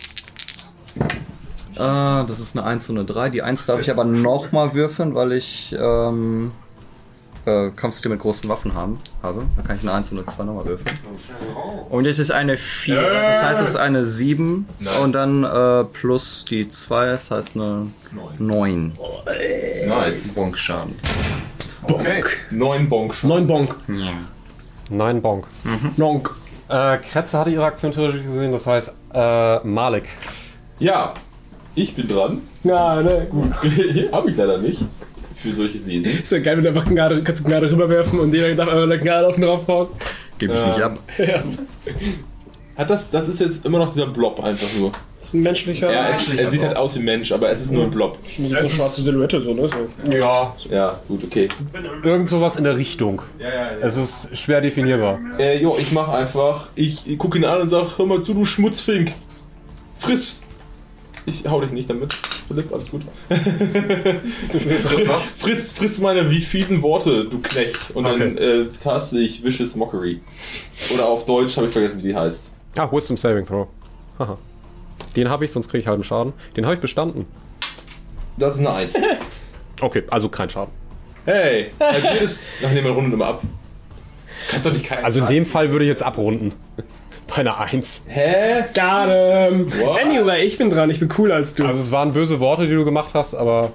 Äh, das ist eine eins und eine drei. Die eins darf ich aber nochmal würfeln, weil ich ähm, äh, Kampfstil mit großen Waffen haben, habe. Da kann ich eine eins und eine zwei nochmal würfeln. Und jetzt ist eine vier, das heißt es ist eine sieben. Und dann äh, plus die zwei, das heißt eine neun. Nice. Bonk-Schaden. Bonk. Neun Bonk. Neun Bonk. Nein, Bonk. Bonk. Äh, Kretze hatte ihre Aktion theoretisch gesehen, das heißt äh, Malik. Ja, ich bin dran. Ja, ne, gut. Hab ich leider nicht. Für solche Wesen. Ist ja geil, wenn du einfach gerade, kannst du gerade rüberwerfen und jeder darf einfach gerade auf den drauf hauen. Gebe ich Ja. nicht ab. Ja. Hat das, das ist jetzt immer noch dieser Blob einfach nur. Das ist ein menschlicher. Ja, es, er sieht halt aus wie ein Mensch, aber es ist nur ein Blob. so eine schwarze Silhouette, so, ne? So. Ja. Ja, gut, okay. Irgend sowas in der Richtung. Ja, ja, ja. Es ist schwer definierbar. Äh, jo, ich mach einfach. Ich, ich guck ihn an und sag, hör mal zu, du Schmutzfink. Friss! Ich hau dich nicht damit, Philipp, alles gut. was? Friss, friss meine wie fiesen Worte, du Knecht. Und dann Okay. äh, caste ich Vicious Mockery. Oder auf Deutsch habe ich vergessen, wie die heißt. Ah, Wisdom Saving Throw. Haha. Den habe ich, sonst kriege ich halben Schaden. Den habe ich bestanden. Das ist eine Eins. Okay, also kein Schaden. Hey, also jedes. Ach, nehmen wir Runden immer ab. Kannst doch nicht keinen. Also in dem Fall würde ich jetzt abrunden. Bei einer eins. Hä? Got him. What? Anyway, ich bin dran, ich bin cooler als du. Also es waren böse Worte, die du gemacht hast, aber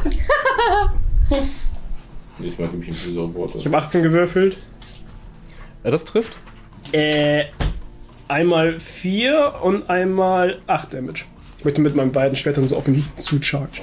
Nee, ich mag nämlich böse Worte. Ich habe achtzehn gewürfelt. äh, das trifft. Äh, einmal vier und einmal acht Damage. Ich möchte mit meinen beiden Schwertern so auf ihn zuchargen.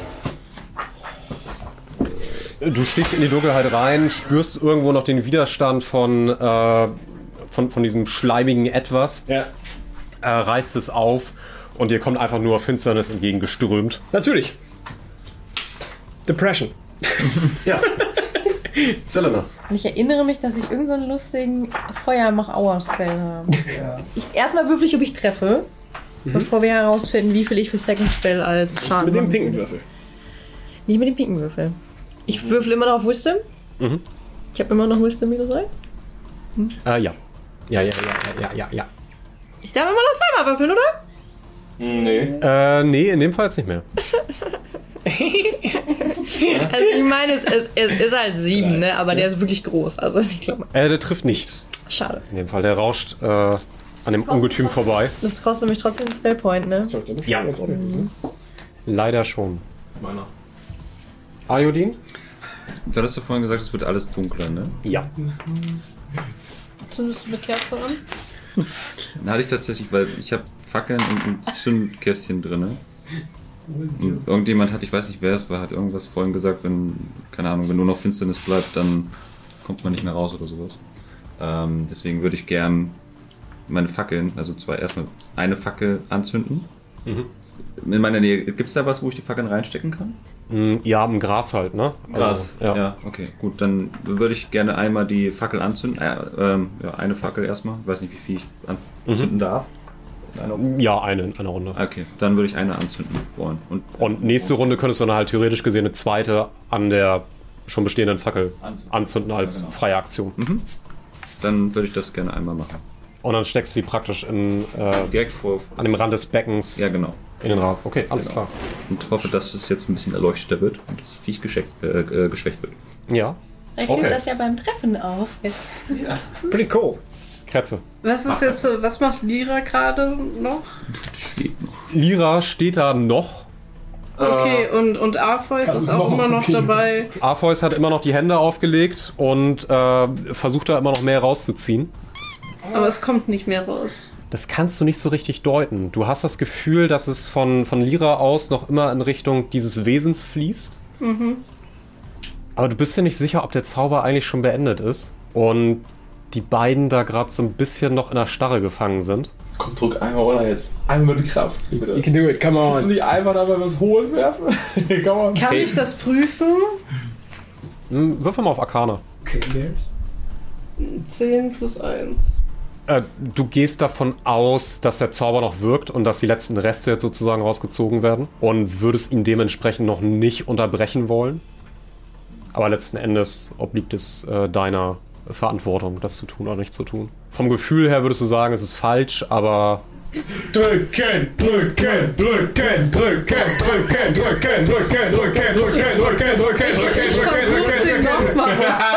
Du stichst in die Dunkelheit rein, spürst irgendwo noch den Widerstand von, äh, von, von diesem schleimigen Etwas, Ja. äh, reißt es auf und dir kommt einfach nur Finsternis entgegengeströmt. Natürlich. Depression. Ja. Selena. Und ich erinnere mich, dass ich irgendeinen so einen lustigen Feuermach-Auer-Spell habe. Ich, erstmal würfel ich, ob ich treffe. mhm. bevor wir herausfinden, wie viel ich für Second Spell als Schaden Mit dem mache. pinken Würfel. Nicht mit dem pinken Würfel. Ich würfel immer noch auf Wisdom. Mhm. Ich habe immer noch Wisdom minus drei. Hm? Äh, ja. Ja, ja, ja, ja, ja, ja. Ich darf immer noch zweimal würfeln, oder? Nee. Äh, nee, in dem Fall jetzt nicht mehr. Also ich meine, es, es, es ist halt sieben, ne? Aber der ist wirklich groß. Also ich glaube. Äh, der trifft nicht. Schade. In dem Fall, der rauscht äh, an dem Ungetüm vorbei. Das kostet mich trotzdem einen Spellpoint, ne? Ja. Mhm. Leider schon. Meiner. Ayodin? Du hattest ja vorhin gesagt, es wird alles dunkler, ne? Ja. Zündest du eine Kerze an? Dann hatte ich tatsächlich, weil ich habe Fackeln und ein Zündkästchen drin. Und irgendjemand hat, ich weiß nicht wer es war, hat irgendwas vorhin gesagt, wenn, keine Ahnung, wenn nur noch Finsternis bleibt, dann kommt man nicht mehr raus oder sowas. Ähm, deswegen würde ich gern meine Fackeln, also zwei erstmal eine Fackel anzünden. Mhm. In meiner Nähe, gibt es da was, wo ich die Fackeln reinstecken kann? Ja, im Gras halt, ne? Gras, also, ja. ja, okay, gut, dann würde ich gerne einmal die Fackel anzünden, äh, ähm, ja, eine Fackel erstmal, ich weiß nicht, wie viel ich anzünden mhm. darf. Eine ja, eine in einer Runde. Okay, dann würde ich eine anzünden wollen. Und, und nächste Runde könntest du dann halt theoretisch gesehen eine zweite an der schon bestehenden Fackel anzünden, anzünden als ja, genau. freie Aktion. Mhm. Dann würde ich das gerne einmal machen. Und dann steckst du sie praktisch in, äh, direkt vor, an dem Rand des Beckens. Ja, genau. In den Rasen. Okay, alles genau. klar. Und hoffe, dass es jetzt ein bisschen erleuchteter wird und das Viech geschwächt, äh, geschwächt wird. Ja. Ich okay. nehme das ja beim Treffen auf. Jetzt. Ja. Pretty cool. Kretze. Was ist jetzt so, was macht Lyra gerade noch? Die steht noch. Lyra steht da noch. Okay, äh, und, und Arpheus ist auch immer noch dabei. Arpheus hat immer noch die Hände aufgelegt und äh, versucht da immer noch mehr rauszuziehen. Aber es kommt nicht mehr raus. Das kannst du nicht so richtig deuten. Du hast das Gefühl, dass es von, von Lyra aus noch immer in Richtung dieses Wesens fließt. Mhm. Aber du bist dir nicht sicher, ob der Zauber eigentlich schon beendet ist. Und die beiden da gerade so ein bisschen noch in der Starre gefangen sind. Komm, drück einmal runter jetzt. Einmal die Kraft. Bitte. You can do it, come on. Kannst du nicht einfach dabei was Hohes werfen? Come on. Kann okay. ich das prüfen? Hm, würfel mal auf Arcana. Okay, there's. zehn plus eins. Äh, du gehst davon aus, dass der Zauber noch wirkt und dass die letzten Reste jetzt sozusagen rausgezogen werden und würdest ihn dementsprechend noch nicht unterbrechen wollen. Aber letzten Endes obliegt es äh, deiner Verantwortung, das zu tun oder nicht zu tun. Vom Gefühl her würdest du sagen, es ist falsch, aber... Drücken, drücken, drücken, drücken, drücken, drücken, drücken, drücken, drücken, drücken, drücken, drücken,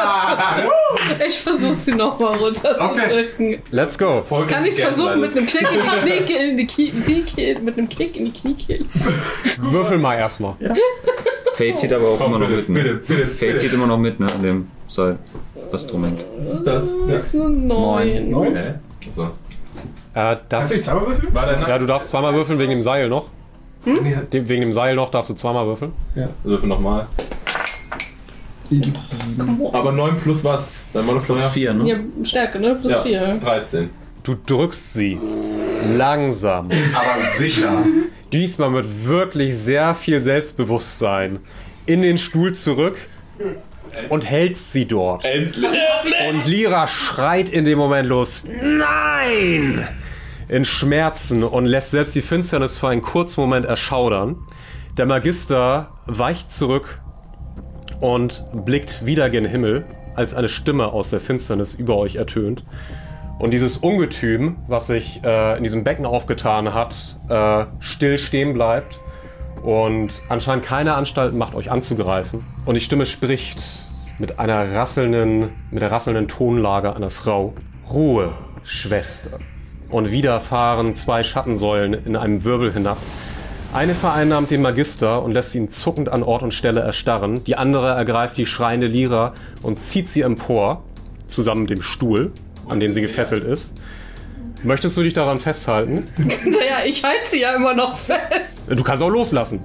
Ich versuche sie nochmal runterzudrücken. Let's go. Kann ich versuchen mit einem Klick in die Knie, in die Knie, mit einem Klick in die Kniekehle? Würfel mal erstmal. Ja. Fate zieht aber auch Komm, immer noch bitte, mit. Ne? Bitte, bitte, Fate zieht immer noch mit, ne? An dem Seil. Das drum hängt. Was ist das? Das ist eine neun. neun? Nee. So. Äh, das Kannst du zweimal würfeln? War der ja, du darfst zweimal würfeln wegen dem Seil noch. Hm? Dem, wegen dem Seil noch darfst du zweimal würfeln. Ja. Würfel nochmal. Sieben. Aber neun plus was? Dann mal plus vier, ne? Ja, Stärke, ne? Plus ja, vier. dreizehn. Du drückst sie langsam, aber sicher. diesmal mit wirklich sehr viel Selbstbewusstsein in den Stuhl zurück und hältst sie dort. Endlich! Und Lyra schreit in dem Moment los. Nein! In Schmerzen und lässt selbst die Finsternis für einen kurzen Moment erschaudern. Der Magister weicht zurück und blickt wieder gen Himmel, als eine Stimme aus der Finsternis über euch ertönt. Und dieses Ungetüm, was sich äh, in diesem Becken aufgetan hat, äh, still stehen bleibt und anscheinend keine Anstalten macht, euch anzugreifen. Und die Stimme spricht mit einer rasselnden, mit der rasselnden Tonlage einer Frau. Ruhe, Schwester. Und wieder fahren zwei Schattensäulen in einem Wirbel hinab. Eine vereinnahmt den Magister und lässt ihn zuckend an Ort und Stelle erstarren. Die andere ergreift die schreiende Lyra und zieht sie empor, zusammen mit dem Stuhl, an den sie gefesselt ist. Möchtest du dich daran festhalten? Naja, ich halte sie ja immer noch fest. Du kannst auch loslassen.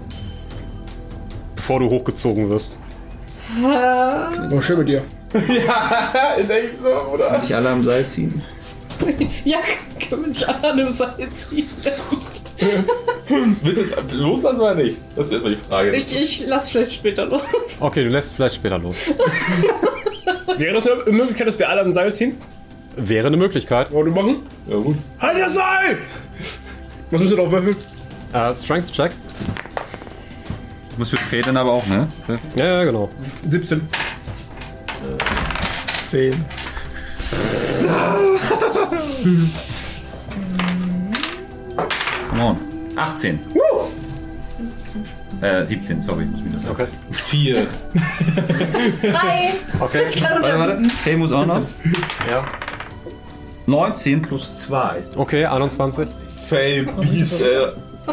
Bevor du hochgezogen wirst. Oh, schön mit dir. Ja, ist echt so, oder? Nicht alle am Seil ziehen. Ja, können wir nicht alle an einem Seil ziehen? Willst du es loslassen oder nicht? Das ist erstmal die Frage. Ich, ich lass vielleicht später los. Okay, du lässt vielleicht später los. Wäre das eine Möglichkeit, dass wir alle am Seil ziehen? Wäre eine Möglichkeit. Wollen wir machen? Ja, gut. Halt das Seil! Was müssen wir drauf würfeln? Äh, Strength Check. Muss für Federn aber auch, ne? Ja, ja, genau. siebzehn. zehn. Come on. achtzehn. Äh, siebzehn, sorry, muss ich das sagen. Okay. Vier. Drei. Okay. Ich kann Warte, unter... warte. Faye muss auch noch. Ja. neunzehn plus zwei. Okay, einundzwanzig. Fail, Beast, äh.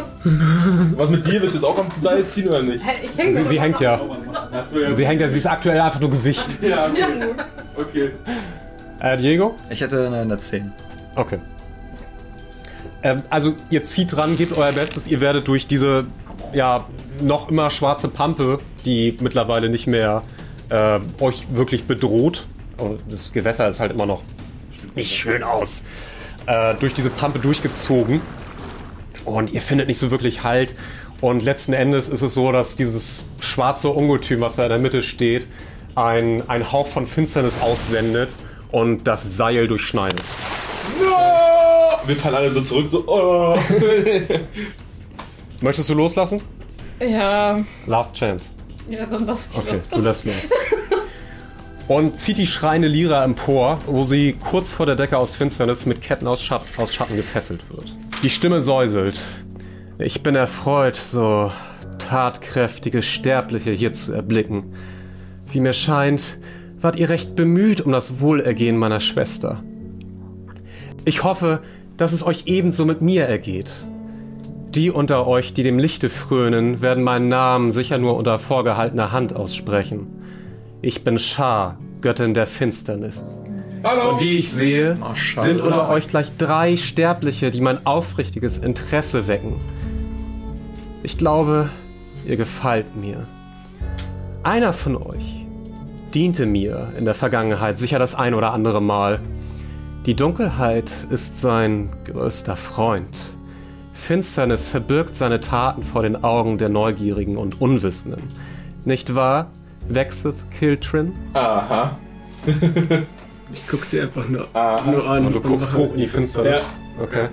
Was mit dir? Willst du jetzt auch am Seil ziehen oder nicht? Ich häng Sie, sie hängt ja. Achso, ja. Sie hängt ja, sie ist aktuell einfach nur Gewicht. Ja, okay. Okay. Äh, Diego? Ich hätte eine, eine zehn. Okay. Ähm, also, ihr zieht dran, gebt euer Bestes. Ihr werdet durch diese, ja, noch immer schwarze Pampe, die mittlerweile nicht mehr äh, euch wirklich bedroht. Und das Gewässer ist halt immer noch sieht nicht schön aus. Äh, durch diese Pampe durchgezogen. Und ihr findet nicht so wirklich Halt. Und letzten Endes ist es so, dass dieses schwarze Ungetüm, was da in der Mitte steht, ein, ein Hauch von Finsternis aussendet und das Seil durchschneidet. No! Wir fallen alle so zurück, so. Oh. Möchtest du loslassen? Ja. Last Chance. Ja, dann lass ich Okay, los. du lässt los. Und zieht die schreiende Lyra empor, wo sie kurz vor der Decke aus Finsternis mit Ketten aus, Schat aus Schatten gefesselt wird. Die Stimme säuselt. Ich bin erfreut, so tatkräftige Sterbliche hier zu erblicken. Wie mir scheint, wart ihr recht bemüht um das Wohlergehen meiner Schwester. Ich hoffe, dass es euch ebenso mit mir ergeht. Die unter euch, die dem Lichte frönen, werden meinen Namen sicher nur unter vorgehaltener Hand aussprechen. Ich bin Shar, Göttin der Finsternis. Hallo! Und wie ich sehe, Oh, schade. sind unter euch gleich drei Sterbliche, die mein aufrichtiges Interesse wecken. Ich glaube, ihr gefällt mir. Einer von euch diente mir in der Vergangenheit sicher das ein oder andere Mal. Die Dunkelheit ist sein größter Freund. Finsternis verbirgt seine Taten vor den Augen der Neugierigen und Unwissenden. Nicht wahr, Vexith Kiltrin? Aha. Ich guck sie einfach nur, Aha. nur an. Und du guckst hoch in die Finsternis. Okay.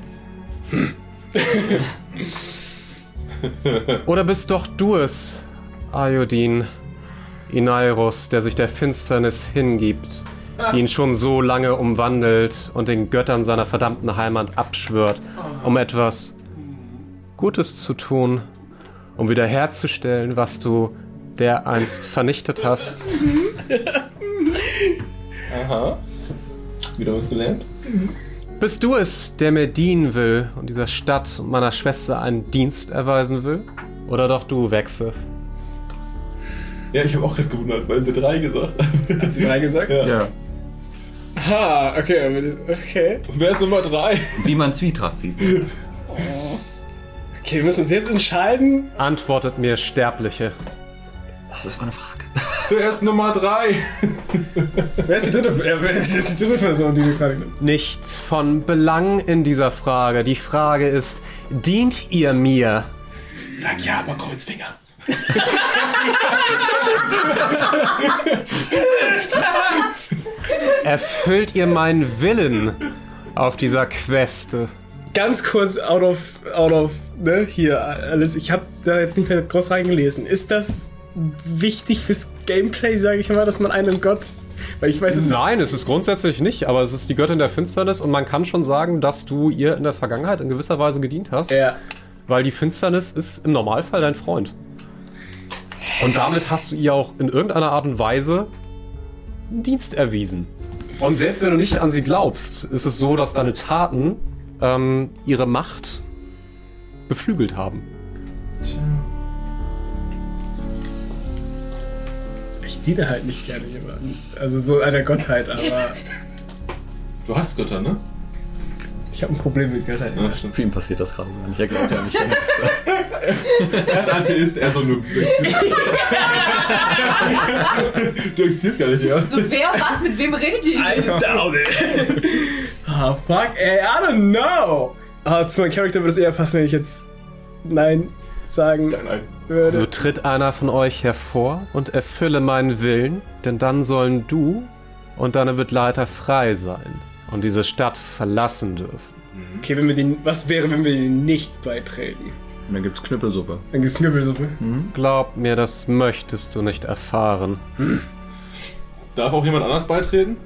Oder bist doch du es, Ayodin, Inairus, der sich der Finsternis hingibt, die ihn schon so lange umwandelt und den Göttern seiner verdammten Heimat abschwört, um etwas Gutes zu tun, um wiederherzustellen, was du dereinst vernichtet hast. Aha. Wieder was gelernt? Bist du es, der mir dienen will und dieser Stadt und meiner Schwester einen Dienst erweisen will? Oder doch du, Vexith? Ja, ich habe auch gerade gewundert, weil sie drei gesagt hat. Hat sie drei gesagt? Ja. Ja. Ah, okay. Okay. Und wer ist Nummer drei? Wie man Zwietracht sieht. Okay, wir müssen uns jetzt entscheiden. Antwortet mir Sterbliche. Das ist meine Frage. Wer ist Nummer drei? Wer ist die dritte, äh, wer ist die dritte Person, die wir gerade genannt haben? Nicht von Belang in dieser Frage. Die Frage ist, dient ihr mir? Sag ja, aber Kreuzfinger. Erfüllt ihr meinen Willen auf dieser Queste? Ganz kurz out of, out of, ne, hier, alles. Ich habe da jetzt nicht mehr groß reingelesen. Ist das wichtig fürs Gameplay, sage ich mal, dass man einen Gott, weil ich weiß, es Nein, es ist grundsätzlich nicht, aber es ist die Göttin der Finsternis und man kann schon sagen, dass du ihr in der Vergangenheit in gewisser Weise gedient hast, ist, ja. weil die Finsternis ist im Normalfall dein Freund. Und damit hast du ihr auch in irgendeiner Art und Weise einen Dienst erwiesen. Und selbst wenn du nicht an sie glaubst, ist es so, dass deine Taten ähm, ihre Macht beflügelt haben. Ich diene halt nicht gerne jemandem. Also so einer Gottheit, aber Du hast Götter, ne? ich habe ein Problem mit Göttheit. Ja, stimmt. Für ihn passiert das gerade gar nicht. Er glaubt ja nicht an Er ist Atheist, er ist so nur. Du existierst gar nicht, ja? So, wer, was, mit wem redet ihr? I doubt it. Ah, fuck, ey, I don't know. Ah, zu meinem Charakter würde es eher passen, wenn ich jetzt Nein sagen Nein. würde. So tritt einer von euch hervor und erfülle meinen Willen, denn dann sollen du und deine Begleiter frei sein und diese Stadt verlassen dürfen. Okay, wenn wir den, was wäre, wenn wir denen nicht beitreten? Und dann gibt's Knüppelsuppe. Dann gibt's Knüppelsuppe. Glaub mir, das möchtest du nicht erfahren. Darf auch jemand anders beitreten?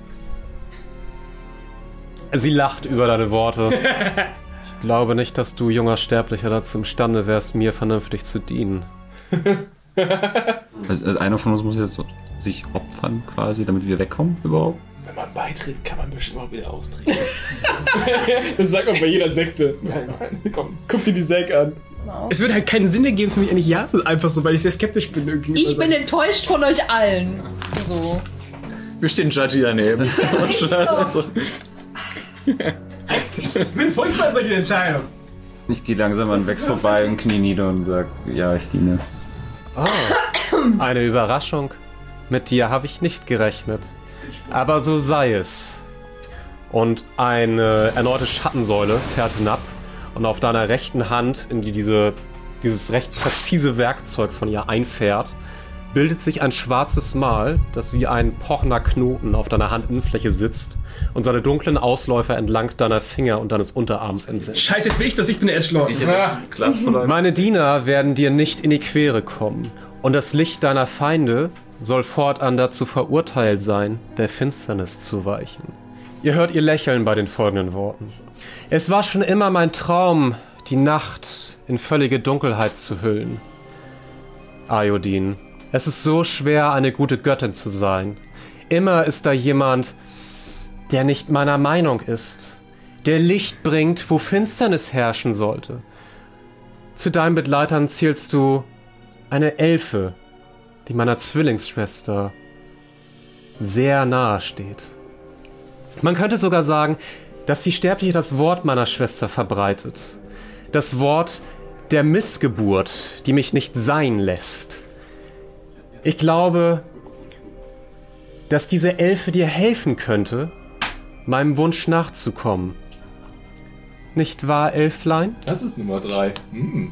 Sie lacht über deine Worte. Ich glaube nicht, dass du, junger Sterblicher, dazu imstande wärst, mir vernünftig zu dienen. Also, also einer von uns muss jetzt so sich opfern quasi, damit wir wegkommen überhaupt. Wenn man beitritt, kann man bestimmt auch wieder austreten. Das sagt man bei jeder Sekte. Nein, nein, komm. Guck dir die Sek an. Es würde halt keinen Sinn ergeben für mich, eigentlich ja zu einfach so, weil ich sehr skeptisch bin. Irgendwie Ich bin enttäuscht von euch allen. So. Wir stehen Judgy daneben. so. Ich bin furchtbar in solchen Entscheidungen. Ich gehe langsam an Vex vorbei und knie nieder und sag, ja, ich diene. Oh, eine Überraschung. Mit dir habe ich nicht gerechnet. Aber so sei es. Und eine erneute Schattensäule fährt hinab und auf deiner rechten Hand, in die diese, dieses recht präzise Werkzeug von ihr einfährt, bildet sich ein schwarzes Mal, das wie ein pochender Knoten auf deiner Handinnenfläche sitzt und seine dunklen Ausläufer entlang deiner Finger und deines Unterarms entsetzt. Scheiße, jetzt will ich das, ich bin der Edgelord. Meine Diener werden dir nicht in die Quere kommen und das Licht deiner Feinde soll fortan dazu verurteilt sein, der Finsternis zu weichen. Ihr hört ihr Lächeln bei den folgenden Worten. Es war schon immer mein Traum, die Nacht in völlige Dunkelheit zu hüllen. Ayodin, es ist so schwer, eine gute Göttin zu sein. Immer ist da jemand, der nicht meiner Meinung ist, der Licht bringt, wo Finsternis herrschen sollte. Zu deinen Begleitern zählst du eine Elfe, die meiner Zwillingsschwester sehr nahe steht. Man könnte sogar sagen, dass die Sterbliche das Wort meiner Schwester verbreitet. Das Wort der Missgeburt, die mich nicht sein lässt. Ich glaube, dass diese Elfe dir helfen könnte, meinem Wunsch nachzukommen. Nicht wahr, Elflein? Das ist Nummer drei. Hm.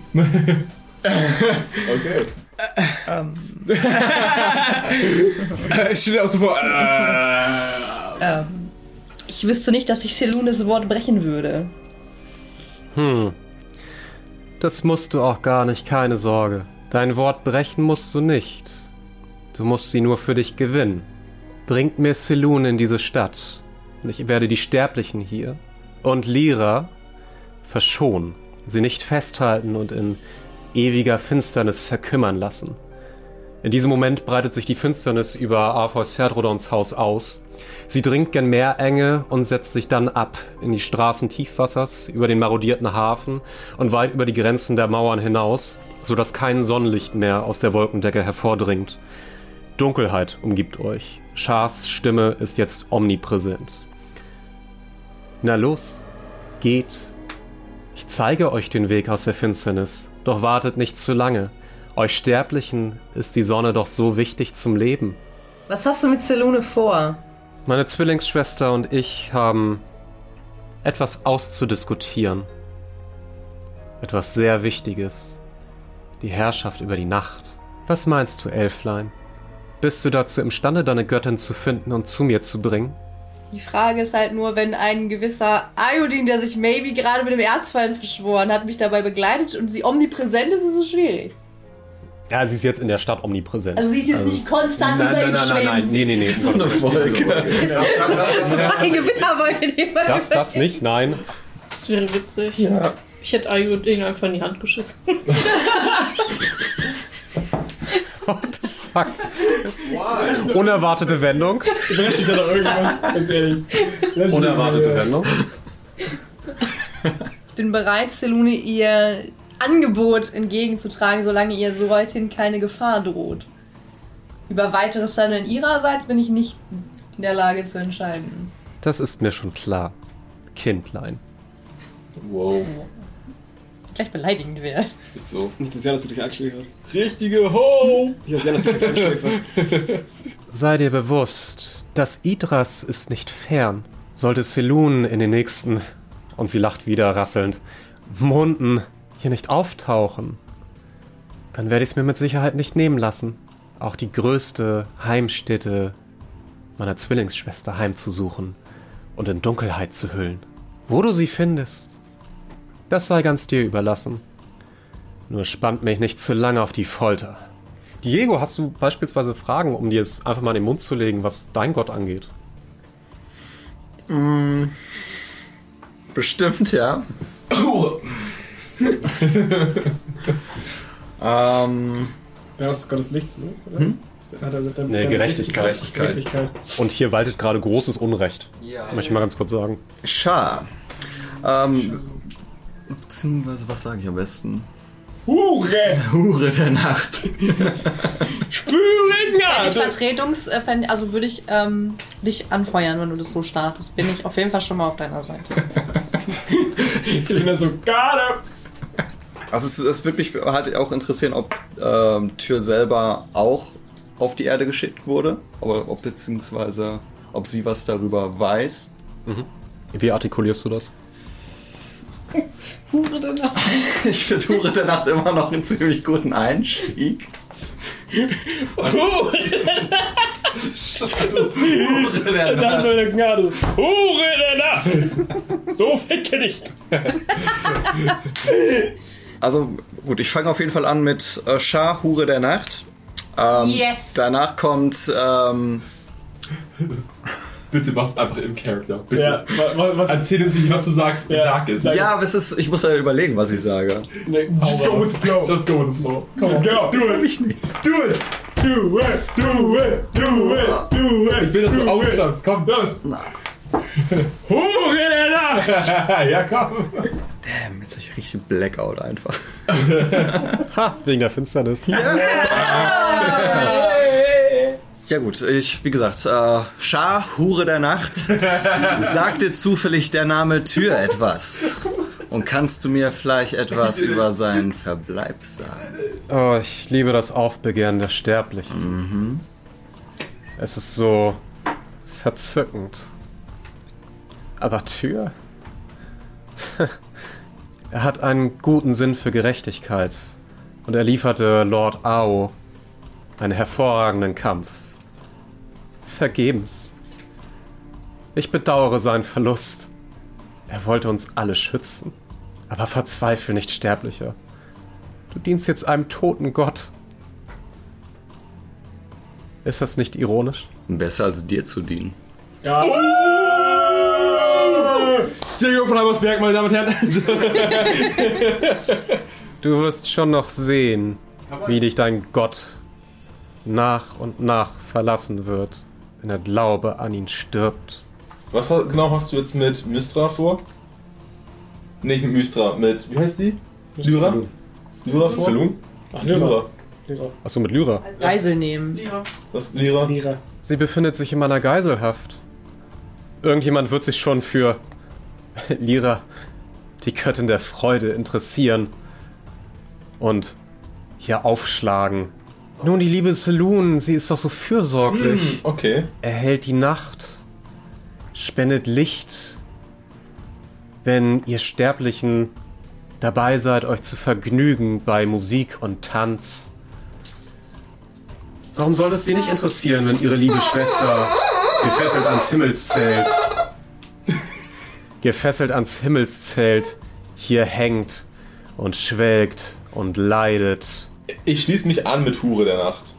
Okay. Ähm. Es steht auch so vor. ähm. Ich wüsste nicht, dass ich Selunes Wort brechen würde. Hm. Das musst du auch gar nicht, keine Sorge. Dein Wort brechen musst du nicht. Du musst sie nur für dich gewinnen. Bringt mir Selûne in diese Stadt. Und ich werde die Sterblichen hier und Lyra verschonen. Sie nicht festhalten und in ewiger Finsternis verkümmern lassen. In diesem Moment breitet sich die Finsternis über Arpheus Pferdrodons Haus aus. Sie dringt gen Meerenge und setzt sich dann ab in die Straßen Tiefwassers, über den marodierten Hafen und weit über die Grenzen der Mauern hinaus, sodass kein Sonnenlicht mehr aus der Wolkendecke hervordringt. Dunkelheit umgibt euch. Schars Stimme ist jetzt omnipräsent. Na los, geht. Ich zeige euch den Weg aus der Finsternis, doch wartet nicht zu lange. Euch Sterblichen ist die Sonne doch so wichtig zum Leben. Was hast du mit Selûne vor? Meine Zwillingsschwester und ich haben etwas auszudiskutieren. Etwas sehr Wichtiges. Die Herrschaft über die Nacht. Was meinst du, Elflein? Bist du dazu imstande, deine Göttin zu finden und zu mir zu bringen? Die Frage ist halt nur, wenn ein gewisser Ayodin, der sich maybe gerade mit dem Erzfeind verschworen hat, mich dabei begleitet und sie omnipräsent ist, ist es schwierig. Ja, sie ist jetzt in der Stadt omnipräsent. Also sie ist jetzt also nicht konstant nein, über nein, ihm nein, nein, nein, schweben. nee, nee, nee. So eine Folge. So fucking Gewitterwolke, die immer Das, das nicht, nein. Das wäre witzig. Ja. Ich hätte Ayodin einfach in die Hand geschissen. What the fuck? Unerwartete Wendung. Ist ja doch irgendwas, ganz ehrlich. Lass Unerwartete mich mal, Wendung. Ich bin bereit, Selûne ihr Angebot entgegenzutragen, solange ihr so weithin keine Gefahr droht. Über weiteres Handeln ihrerseits bin ich nicht in der Lage zu entscheiden. Das ist mir schon klar. Kindlein. Wow. Gleich beleidigend wäre. Ist so. Nicht das Jahr, dass du dich einschläfert. Richtige Ho! Nicht das Jahr, dass du dich einschläfert. Sei dir bewusst, das Idras ist nicht fern. Sollte Selûne in den nächsten, und sie lacht wieder rasselnd, Monden hier nicht auftauchen, dann werde ich es mir mit Sicherheit nicht nehmen lassen, auch die größte Heimstätte meiner Zwillingsschwester heimzusuchen und in Dunkelheit zu hüllen. Wo du sie findest, das sei ganz dir überlassen. Nur spannt mich nicht zu lange auf die Folter. Diego, hast du beispielsweise Fragen, um dir es einfach mal in den Mund zu legen, was dein Gott angeht? Mm, bestimmt, ja. ähm... Der ist Gottes Lichts, ne? Oder? Hm? Ist der, hat er mit der, Nee, mit der Gerechtigkeit. Gerechtigkeit. Gerechtigkeit. Und hier waltet gerade großes Unrecht. Ja. Möchte ich mal ganz kurz sagen. Schar. Ähm, beziehungsweise, was sage ich am besten? Hure! Hure der Nacht. Spüren! Wenn ich Vertretungs... äh, fänd- Also würde ich ähm, dich anfeuern, wenn du das so startest. Bin ich auf jeden Fall schon mal auf deiner Seite. Ich bin da so, gerade! Also es, es würde mich halt auch interessieren, ob ähm, Tür selber auch auf die Erde geschickt wurde, aber ob beziehungsweise ob sie was darüber weiß. Mhm. Wie artikulierst du das? Hure der Nacht. Ich finde Hure der Nacht immer noch einen ziemlich guten Einstieg. Hure der Nacht! Hure der Nacht! So ficke dich! Also gut, ich fange auf jeden Fall an mit äh, Schar, Hure der Nacht. Ähm, Yes! Danach kommt ähm, Bitte mach's einfach im Charakter. Bitte. Ja, wa- was, Erzähl uns nicht, was du sagst. Ja, Sag es. sag- ja, aber es ist, ich muss ja überlegen, was ich sage. ne, Just go with the flow. Just go with the flow. Come on. go! Do it. Ich nicht. Do it. Do it! Do it! Do it! Do it! Ich will, dass du aufschaffst. Komm. Los! Hure der Nacht! Ja, komm. Damn, jetzt hab ich richtig Blackout einfach. Ha, wegen der Finsternis. Ja gut, ich, wie gesagt, äh, Schar, Hure der Nacht, sagt dir zufällig der Name Tür etwas? Und kannst du mir vielleicht etwas über seinen Verbleib sagen? Oh, ich liebe das Aufbegehren der Sterblichen. Mhm. Es ist so verzückend. Aber Tür? Er hat einen guten Sinn für Gerechtigkeit. Und er lieferte Lord Ao einen hervorragenden Kampf. Vergebens. Ich bedauere seinen Verlust. Er wollte uns alle schützen. Aber verzweifle nicht, Sterblicher. Du dienst jetzt einem toten Gott. Ist das nicht ironisch? Besser als dir zu dienen. Ja. Diego von Heimersberg, meine Damen und Herren. Du wirst schon noch sehen, wie dich dein Gott nach und nach verlassen wird, wenn der Glaube an ihn stirbt. Was genau hast du jetzt mit Mystra vor? Nicht mit Mystra, mit, wie heißt die? Lyra? Lyra vor? Saloon? Ach, Lyra. Achso, mit Lyra. Als Geisel nehmen. Was, Lyra? Lyra. Sie befindet sich in meiner Geiselhaft. Irgendjemand wird sich schon für Lyra, die Göttin der Freude, interessieren und hier aufschlagen. Nun, die liebe Saloon, sie ist doch so fürsorglich. Hm, okay. Erhält die Nacht, spendet Licht, wenn ihr Sterblichen dabei seid, euch zu vergnügen bei Musik und Tanz. Warum soll es sie nicht interessieren, wenn ihre liebe Schwester gefesselt ans Himmelszelt, gefesselt ans Himmelszelt hier hängt und schwelgt und leidet? Ich schließe mich an mit Hure der Nacht.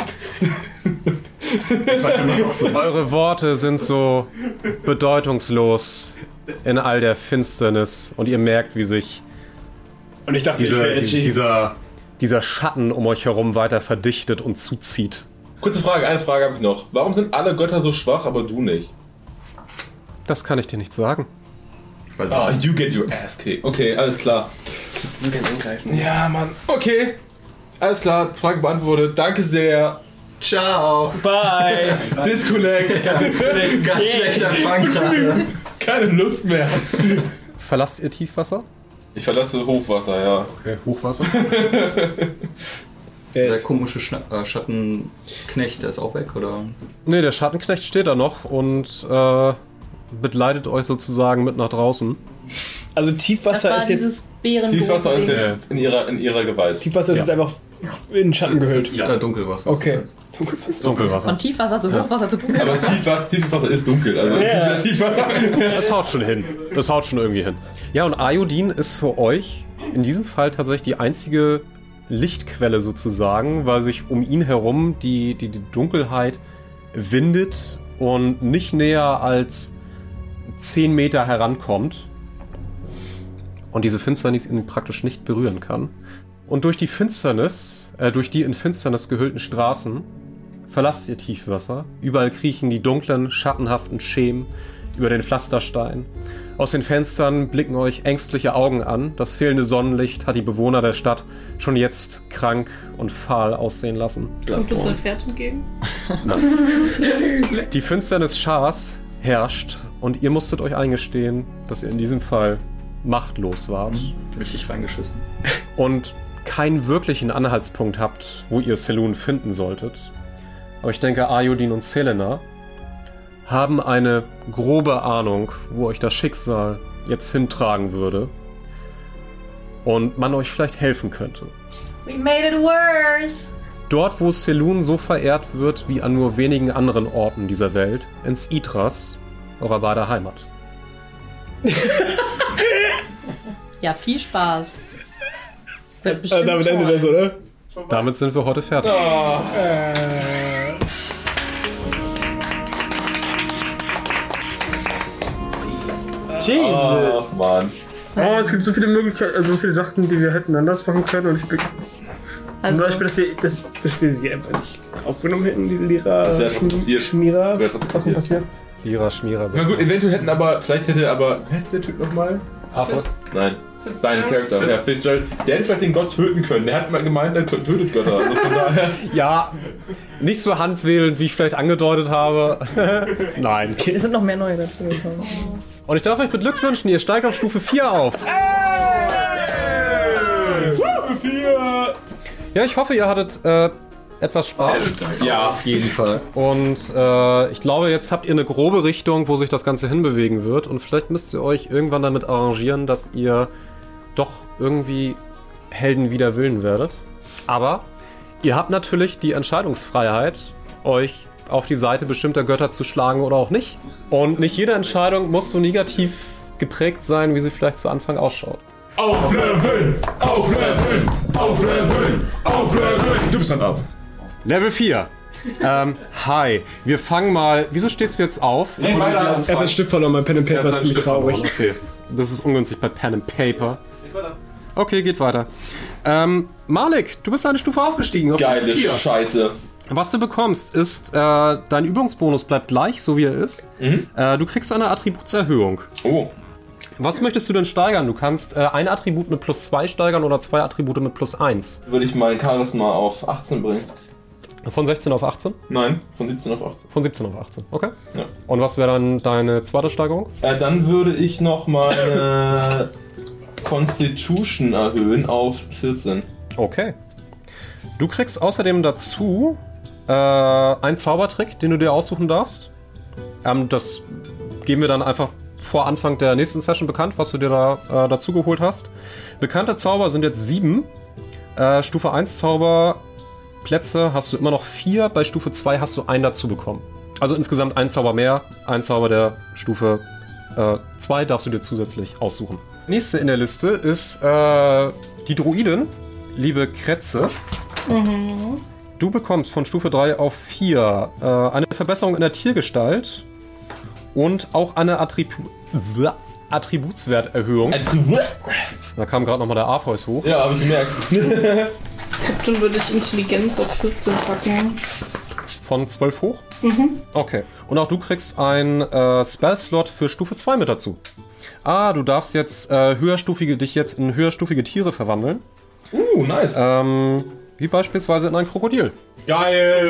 Eure Worte sind so bedeutungslos in all der Finsternis und ihr merkt, wie sich Und ich dachte, ich diese, wäre die, edgy. dieser, dieser Schatten um euch herum weiter verdichtet und zuzieht. Kurze Frage, eine Frage habe ich noch. Warum sind alle Götter so schwach, aber du nicht? Das kann ich dir nicht sagen. Ah, you get your ass kicked. Okay, alles klar. Willst du so gerne angreifen? Ja, Mann. Okay. Alles klar, Frage beantwortet. Danke sehr. Ciao. Bye! Disconnect. Disconnect. Ganz schlechter Empfang gerade. Keine Lust mehr. Verlasst ihr Tiefwasser? Ich verlasse Hochwasser, ja. Okay, Hochwasser. Der komische Schna äh, Schattenknecht, der ist auch weg, oder? Nee, der Schattenknecht steht da noch und äh, begleitet euch sozusagen mit nach draußen. Also Das Tiefwasser war ist jetzt dieses Bären. Tiefwasser ist Ja. jetzt in ihrer, in ihrer Gewalt. Tiefwasser ist Ja. jetzt einfach in Schatten gehüllt. Ja, Dunkelwasser. Okay. Dunkelwasser. Von Tiefwasser zu Hochwasser zu dunkel. Aber Tiefwasser, tiefes Wasser ist dunkel. Also Ja. es ist wieder Tiefwasser. Das haut schon hin. Das haut schon irgendwie hin. Ja, und Iodin ist für euch in diesem Fall tatsächlich die einzige Lichtquelle sozusagen, weil sich um ihn herum die, die, die Dunkelheit windet und nicht näher als zehn Meter herankommt. Und diese Finsternis ihn praktisch nicht berühren kann. Und durch die Finsternis, äh, durch die in Finsternis gehüllten Straßen verlasst ihr Tiefwasser. Überall kriechen die dunklen, schattenhaften Schemen über den Pflasterstein. Aus den Fenstern blicken euch ängstliche Augen an. Das fehlende Sonnenlicht hat die Bewohner der Stadt schon jetzt krank und fahl aussehen lassen. Kommt uns ein Pferd entgegen? Die Finsternis Schars herrscht und ihr musstet euch eingestehen, dass ihr in diesem Fall machtlos wart. Richtig reingeschissen. Und keinen wirklichen Anhaltspunkt habt, wo ihr Selûne finden solltet. Aber ich denke, Iodin und Selena haben eine grobe Ahnung, wo euch das Schicksal jetzt hintragen würde. Und man euch vielleicht helfen könnte. We made it worse. Dort, wo Selûne so verehrt wird wie an nur wenigen anderen Orten dieser Welt, ins Idras, eurer beider Heimat. Ja, viel Spaß. Wird Äh, bestimmt damit endet toll. das, oder? Damit sind wir heute fertig. Äh. Jesus. Ach, Mann. Oh, es gibt so viele Möglichkeiten, also so viele Sachen, die wir hätten anders machen können. Und ich bin, Also, zum Beispiel, dass wir, dass, dass wir sie einfach nicht aufgenommen hätten, die Lira. Das wäre trotzdem passiert. Schmierer. Das wäre trotzdem Trotzdem passiert. passiert. Lira, Schmierer. Na gut, eventuell hätten aber, vielleicht hätte aber, wer ist der Typ nochmal? Aphos. Nein. Sein Charakter, ja, Fitzgerald. Der hätte vielleicht den Gott töten können. Der hat mal gemeint, der tötet Götter. Also von daher. Ja, nicht so handwählend, wie ich vielleicht angedeutet habe. Nein. Es sind noch mehr neue dazu gekommen. Und ich darf euch beglückwünschen, ihr steigt auf Stufe vier auf. Stufe vier! Ja, ich hoffe, ihr hattet äh, etwas Spaß. Ja. Auf jeden Fall. Und äh, ich glaube, jetzt habt ihr eine grobe Richtung, wo sich das Ganze hinbewegen wird. Und vielleicht müsst ihr euch irgendwann damit arrangieren, dass ihr doch irgendwie Helden wider Willen werdet. Aber ihr habt natürlich die Entscheidungsfreiheit, euch auf die Seite bestimmter Götter zu schlagen oder auch nicht. Und nicht jede Entscheidung muss so negativ geprägt sein, wie sie vielleicht zu Anfang ausschaut. Aufleveln! Aufleveln! Aufleveln! Aufleveln! Du bist dann auf. Level vier. ähm, hi. Wir fangen mal... Wieso stehst du jetzt auf? Nee, weiter. Er hat den Stift verloren, mein Pen and Paper ist ziemlich traurig. Okay. Das ist ungünstig bei Pen and Paper. Okay, geht weiter. Ähm, Malik, du bist eine Stufe aufgestiegen. Auf Geile Stufe vier. Scheiße. Was du bekommst, ist, äh, dein Übungsbonus bleibt gleich, so wie er ist. Mhm. Äh, du kriegst eine Attributserhöhung. Oh. Was möchtest du denn steigern? Du kannst äh, ein Attribut mit plus zwei steigern oder zwei Attribute mit plus eins. Würde ich mein Charisma auf achtzehn bringen. Von sechzehn auf achtzehn? Nein, von siebzehn auf achtzehn. Von siebzehn auf achtzehn, okay. Ja. Und was wäre dann deine zweite Steigerung? Äh, dann würde ich noch meine Constitution erhöhen auf vierzehn. Okay. Du kriegst außerdem dazu äh, einen Zaubertrick, den du dir aussuchen darfst. Ähm, das geben wir dann einfach vor Anfang der nächsten Session bekannt, was du dir da äh, dazu geholt hast. Bekannte Zauber sind jetzt sieben. Äh, Stufe eins Zauber Plätze hast du immer noch vier. Bei Stufe zwei hast du einen dazu bekommen. Also insgesamt ein Zauber mehr. Ein Zauber der Stufe äh, zwei darfst du dir zusätzlich aussuchen. Nächste in der Liste ist äh, die Druidin, liebe Kretze. Mhm. Du bekommst von Stufe drei auf vier äh, eine Verbesserung in der Tiergestalt und auch eine Attribu Attributswerterhöhung. Da kam gerade nochmal der Arpheus hoch. Ja, habe ich gemerkt. Dann würde ich Intelligenz auf vierzehn packen. Von zwölf hoch? Mhm. Okay. Und auch du kriegst einen äh, Spell-Slot für Stufe zwei mit dazu. Ah, du darfst jetzt äh, höherstufige, dich jetzt in höherstufige Tiere verwandeln. Uh, nice. Ähm, wie beispielsweise in ein Krokodil. Geil.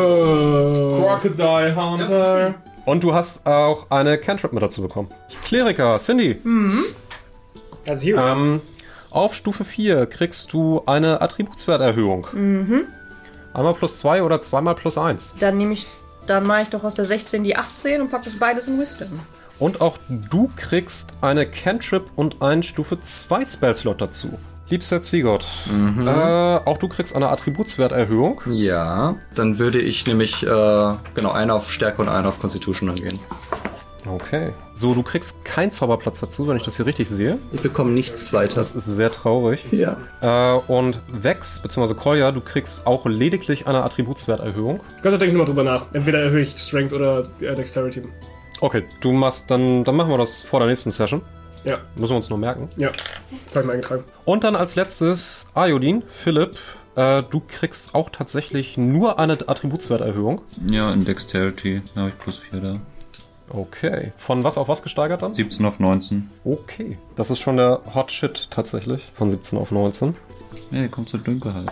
Crocodile Hunter. Und du hast auch eine Cantrip mit dazu bekommen. Kleriker, Cindy. Mhm. Also hier. Ähm, auf Stufe vier kriegst du eine Attributswerterhöhung. Mhm. Einmal plus zwei oder zweimal plus eins. Dann nehme ich, dann mache ich doch aus der sechzehn die achtzehn und packe das beides in Wisdom. Und auch du kriegst eine Cantrip und einen Stufe zwei Spellslot dazu. Liebster Ziegott, Mhm. äh, auch du kriegst eine Attributswerterhöhung. Ja, dann würde ich nämlich äh, genau einen auf Stärke und einen auf Constitution dann gehen. Okay. So, du kriegst keinen Zauberplatz dazu, wenn ich das hier richtig sehe. Ich bekomme nichts weiter. Das ist sehr traurig. Ja. Äh, und Vex, beziehungsweise Kolja, du kriegst auch lediglich eine Attributswerterhöhung. Gott, da denke ich nochmal drüber nach. Entweder erhöhe ich Strength oder äh, Dexterity. Okay, du machst, dann, dann machen wir das vor der nächsten Session. Ja. Müssen wir uns noch merken. Ja, habe ich mal eingetragen. Und dann als letztes Ayodin, Philipp, äh, du kriegst auch tatsächlich nur eine Attributswerterhöhung. Ja, in Dexterity habe ich plus vier da. Okay. Von was auf was gesteigert dann? siebzehn auf neunzehn. Okay. Das ist schon der Hot Shit tatsächlich. Von siebzehn auf neunzehn. Nee, kommt zur Dunkelheit.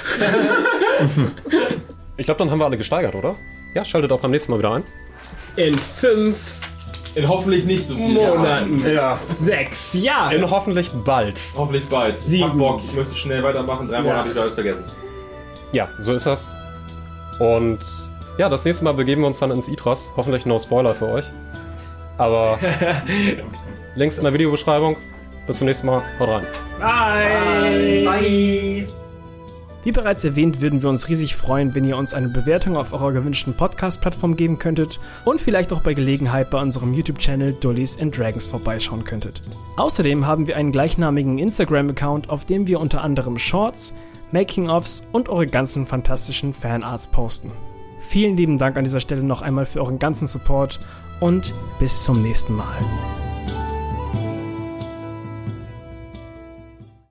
Ich glaube, dann haben wir alle gesteigert, oder? Ja, schaltet auch beim nächsten Mal wieder ein. In fünf In hoffentlich nicht so viel. Monaten. Ja. Sechs Jahre. In hoffentlich bald. Hoffentlich bald. Sieben. Hab Bock, ich möchte schnell weitermachen. Drei Monate habe ich alles vergessen. Ja, so ist das. Und ja, das nächste Mal begeben wir uns dann ins Idras. Hoffentlich no Spoiler für euch. Aber Links in der Videobeschreibung. Bis zum nächsten Mal. Haut rein. Bye. Bye. Wie bereits erwähnt, würden wir uns riesig freuen, wenn ihr uns eine Bewertung auf eurer gewünschten Podcast-Plattform geben könntet und vielleicht auch bei Gelegenheit bei unserem YouTube-Channel Dullies and Dragons vorbeischauen könntet. Außerdem haben wir einen gleichnamigen Instagram-Account, auf dem wir unter anderem Shorts, Making-ofs und eure ganzen fantastischen Fanarts posten. Vielen lieben Dank an dieser Stelle noch einmal für euren ganzen Support und bis zum nächsten Mal.